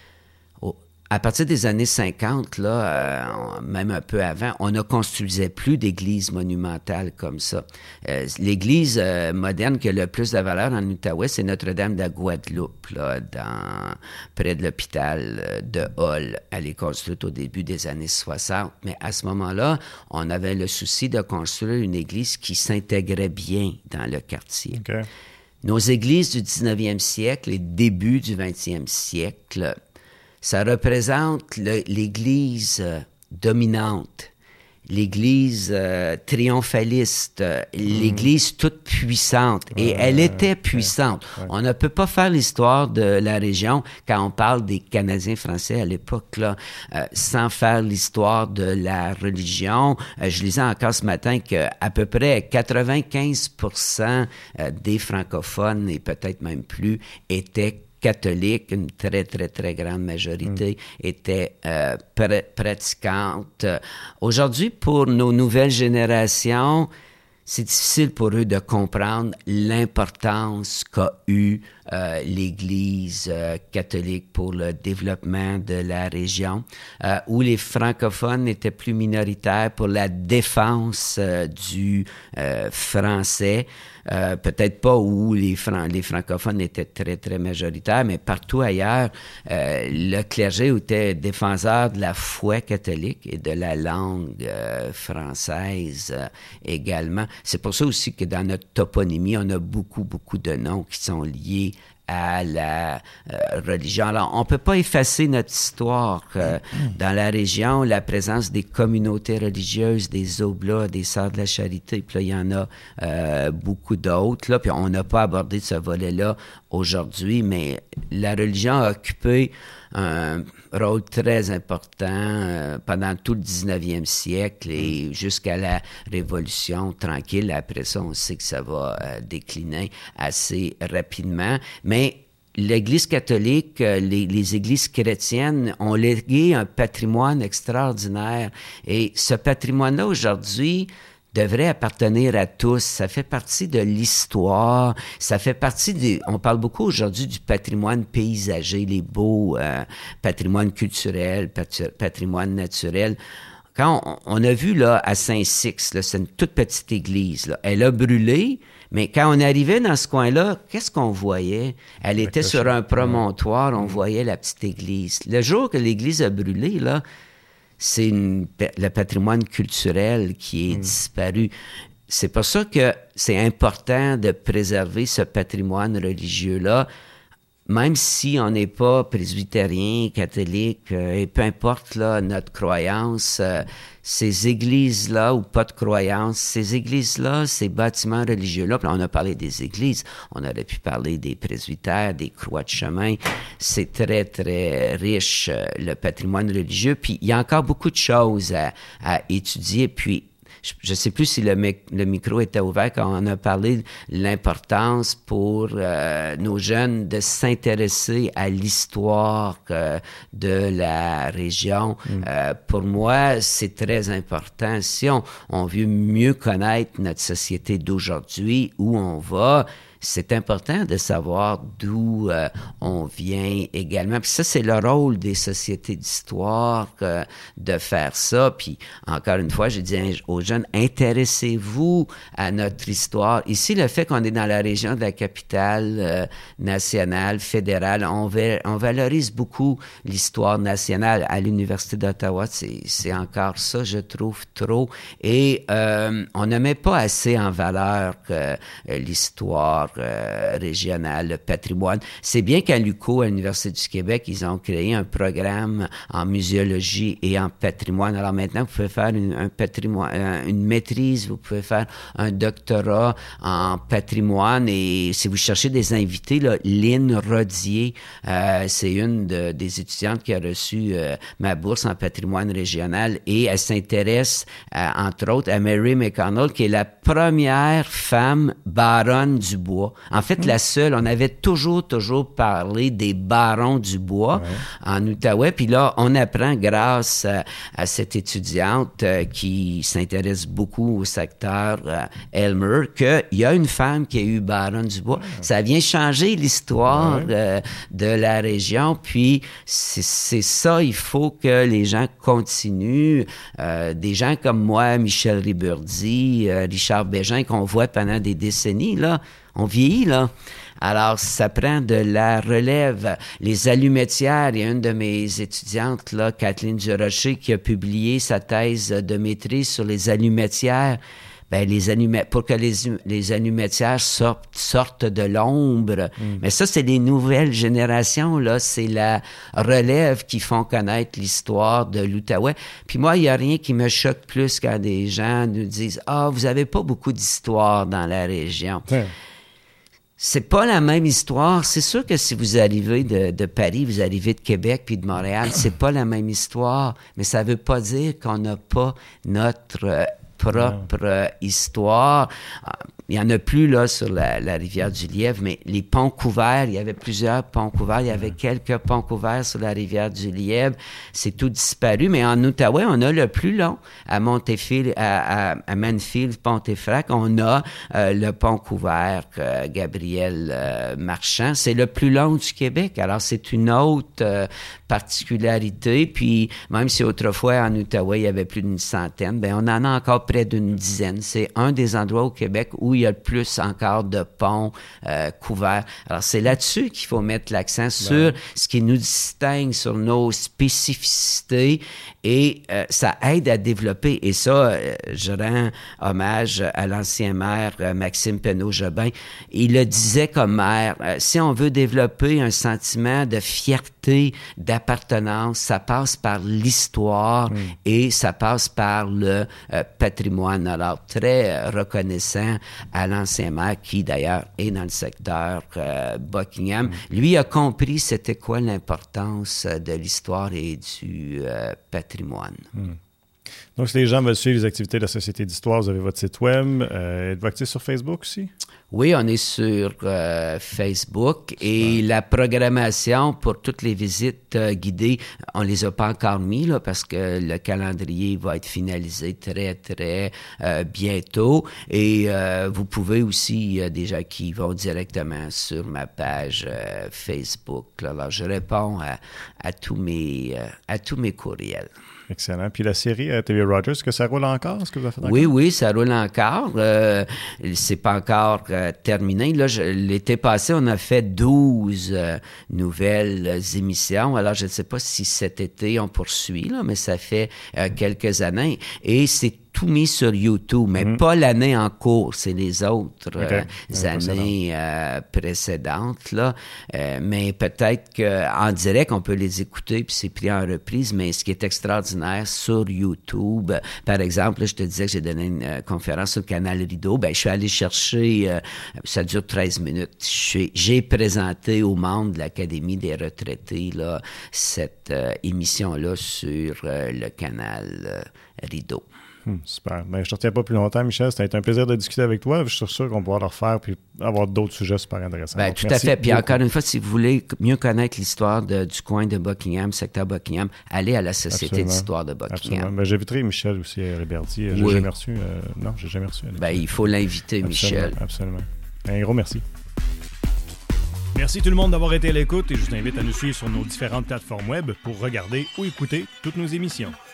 au, à partir des années cinquante, là, euh, même un peu avant, on ne construisait plus d'églises monumentales comme ça. Euh, l'église euh, moderne qui a le plus de valeur en Outaouais, c'est Notre-Dame de la Guadeloupe, là, dans, près de l'hôpital de Hull. Elle est construite au début des années soixante, mais à ce moment-là, on avait le souci de construire une église qui s'intégrait bien dans le quartier. Okay. Nos églises du dix-neuvième siècle et début du vingtième siècle, ça représente le, l'Église euh, dominante, l'Église euh, triomphaliste, euh, mmh. l'Église toute puissante. Et ouais, elle était puissante. Ouais, ouais. On ne peut pas faire l'histoire de la région quand on parle des Canadiens français à l'époque, là, euh, sans faire l'histoire de la religion. Euh, je lisais encore ce matin qu'à peu près quatre-vingt-quinze pour cent des francophones, et peut-être même plus, étaient catholiques, une très, très, très grande majorité mm. étaient euh, pr- pratiquantes. Aujourd'hui, pour nos nouvelles générations, c'est difficile pour eux de comprendre l'importance qu'a eu euh, l'Église euh, catholique pour le développement de la région, euh, où les francophones étaient plus minoritaires pour la défense euh, du euh, français. Euh, peut-être pas où les, fran- les francophones étaient très, très majoritaires, mais partout ailleurs, euh, le clergé était défenseur de la foi catholique et de la langue euh, française euh, également. C'est pour ça aussi que dans notre toponymie, on a beaucoup, beaucoup de noms qui sont liés à la euh, religion. Alors, on ne peut pas effacer notre histoire. Euh, dans la région, la présence des communautés religieuses, des Oblats, des Sœurs de la Charité, puis là, il y en a euh, beaucoup d'autres, là, puis on n'a pas abordé ce volet-là aujourd'hui, mais la religion a occupé un rôle très important euh, pendant tout le dix-neuvième siècle et jusqu'à la Révolution tranquille. Après ça, on sait que ça va euh, décliner assez rapidement. Mais l'Église catholique, euh, les, les églises chrétiennes ont légué un patrimoine extraordinaire. Et ce patrimoine-là, aujourd'hui, devrait appartenir à tous. Ça fait partie de l'histoire. Ça fait partie des... On parle beaucoup aujourd'hui du patrimoine paysager, les beaux euh, patrimoines culturels, patri- patrimoine naturel. Quand on, on a vu là à Saint-Six, là, c'est une toute petite église, là, elle a brûlé, mais quand on arrivait dans ce coin-là, qu'est-ce qu'on voyait? Elle était sur un promontoire, on voyait la petite église. Le jour que l'église a brûlé, là, c'est une, le patrimoine culturel qui est mmh. disparu. C'est pour ça que c'est important de préserver ce patrimoine religieux-là, même si on n'est pas presbytérien, catholique, euh, et peu importe là, notre croyance, euh, ces églises-là ou pas de croyance, ces églises-là, ces bâtiments religieux-là, puis on a parlé des églises, on aurait pu parler des presbytères, des croix de chemin, c'est très, très riche, euh, le patrimoine religieux, puis il y a encore beaucoup de choses à, à étudier, puis je ne sais plus si le, me- le micro était ouvert quand on a parlé de l'importance pour euh, nos jeunes de s'intéresser à l'histoire euh, de la région. Mm. Euh, pour moi, c'est très important. Si on, on veut mieux connaître notre société d'aujourd'hui, où on va, c'est important de savoir d'où euh, on vient également. Puis ça, c'est le rôle des sociétés d'histoire euh, de faire ça. Puis encore une fois, je dis aux jeunes, intéressez-vous à notre histoire. Ici, le fait qu'on est dans la région de la capitale euh, nationale, fédérale, on, va, on valorise beaucoup l'histoire nationale. À l'Université d'Ottawa, c'est, c'est encore ça, je trouve, trop. Et euh, on ne met pas assez en valeur euh, l'histoire euh, régionale, le patrimoine. C'est bien qu'à l'U Q O, à l'Université du Québec, ils ont créé un programme en muséologie et en patrimoine. Alors maintenant, vous pouvez faire une, un patrimoine, une maîtrise, vous pouvez faire un doctorat en patrimoine. Et si vous cherchez des invités, là, Lynn Rodier, euh, c'est une de, des étudiantes qui a reçu euh, ma bourse en patrimoine régional et elle s'intéresse, euh, entre autres, à Mary McConnell, qui est la première femme baronne du bois. En fait, mmh. la seule. On avait toujours, toujours parlé des barons du bois ouais. en Outaouais. Puis là, on apprend grâce à, à cette étudiante euh, qui s'intéresse beaucoup au secteur euh, Elmer qu'il y a une femme qui a eu baronne du bois. Ouais. Ça vient changer l'histoire ouais. euh, de la région. Puis c'est, c'est ça, il faut que les gens continuent. Euh, des gens comme moi, Michel Riburdi, euh, Richard Bégin, qu'on voit pendant des décennies, là, on vieillit, là. Alors, ça prend de la relève. Les allumettières, il y a une de mes étudiantes, là, Kathleen Durocher, qui a publié sa thèse de maîtrise sur les allumettières. Ben, les allumet- pour que les, les allumettières sortent, sortent de l'ombre. Mm. Mais ça, c'est les nouvelles générations, là. C'est la relève qui font connaître l'histoire de l'Outaouais. Puis moi, il n'y a rien qui me choque plus quand des gens nous disent « Ah, vous avez pas beaucoup d'histoire dans la région. Mm. » C'est pas la même histoire. C'est sûr que si vous arrivez de, de Paris, vous arrivez de Québec puis de Montréal, c'est pas la même histoire. Mais ça veut pas dire qu'on n'a pas notre euh, propre euh, histoire. Il n'y en a plus là sur la, la rivière du Lièvre, mais les ponts couverts, il y avait plusieurs ponts couverts. Il y avait quelques ponts couverts sur la rivière du Lièvre. C'est tout disparu. Mais en Outaouais, on a le plus long. À Montefiore, à, à, à Manfield, Pontefract, on a euh, le pont couvert euh, Gabriel euh, Marchand. C'est le plus long du Québec. Alors, c'est une autre euh, particularité. Puis, même si autrefois, en Outaouais, il y avait plus d'une centaine, ben on en a encore près d'une dizaine. C'est un des endroits au Québec où il y a le plus encore de ponts euh, couverts. Alors, c'est là-dessus qu'il faut mettre l'accent, ben. sur ce qui nous distingue, sur nos spécificités, et euh, ça aide à développer. Et ça, euh, je rends hommage à l'ancien maire euh, Maxime Penneau-Jobin. Il le disait comme maire, euh, si on veut développer un sentiment de fierté, d'appartenance, ça passe par l'histoire mmh. et ça passe par le euh, patrimoine. Alors, très euh, reconnaissant à l'ancien maire qui, d'ailleurs, est dans le secteur euh, Buckingham. Mmh. Lui a compris c'était quoi l'importance de l'histoire et du euh, patrimoine. Mmh. Donc, si les gens veulent suivre les activités de la Société d'histoire, vous avez votre site web. Euh, êtes-vous actif sur Facebook aussi? Oui, on est sur euh, Facebook et la programmation pour toutes les visites euh, guidées, on les a pas encore mis là parce que le calendrier va être finalisé très, très euh, bientôt. Et euh, vous pouvez aussi, il y a des gens qui vont directement sur ma page euh, Facebook. Là. Alors, je réponds à, à, tous mes, euh, à tous mes courriels. Excellent. Puis la série à T V Rogers, est-ce que ça roule encore? Est-ce que vous avez fait encore? Oui, oui, ça roule encore. Euh, c'est pas encore euh, terminé. Là, je, l'été passé, on a fait douze euh, nouvelles émissions. Alors, je ne sais pas si cet été on poursuit, là, mais ça fait euh, quelques années. Et c'est tout mis sur YouTube, mais mm-hmm. pas l'année en cours, c'est les autres okay. euh, années euh, précédentes. Là. Euh, mais peut-être qu'en direct, on peut les écouter, puis c'est pris en reprise, mais ce qui est extraordinaire sur YouTube, par exemple, là, je te disais que j'ai donné une euh, conférence sur le canal Rideau, ben, je suis allé chercher, euh, ça dure treize minutes, j'ai, j'ai présenté aux membres de l'Académie des retraités là, cette euh, émission-là sur euh, le canal euh, Rideau. Hum, super. Ben, je ne te retiens pas plus longtemps, Michel. C'était un plaisir de discuter avec toi. Je suis sûr qu'on pourra le refaire et avoir d'autres sujets super intéressants. Ben, tout à fait. Puis encore une fois, si vous voulez mieux connaître l'histoire de, du coin de Buckingham, secteur Buckingham, allez à la Société Absolument. d'histoire de Buckingham. Ben, j'inviterai Michel aussi à Riberty. J'ai oui. jamais reçu. Euh, non, j'ai jamais reçu. Ben, il faut l'inviter, Absolument, Michel. Absolument. Un gros merci. Merci tout le monde d'avoir été à l'écoute et je vous invite à nous suivre sur nos différentes plateformes web pour regarder ou écouter toutes nos émissions.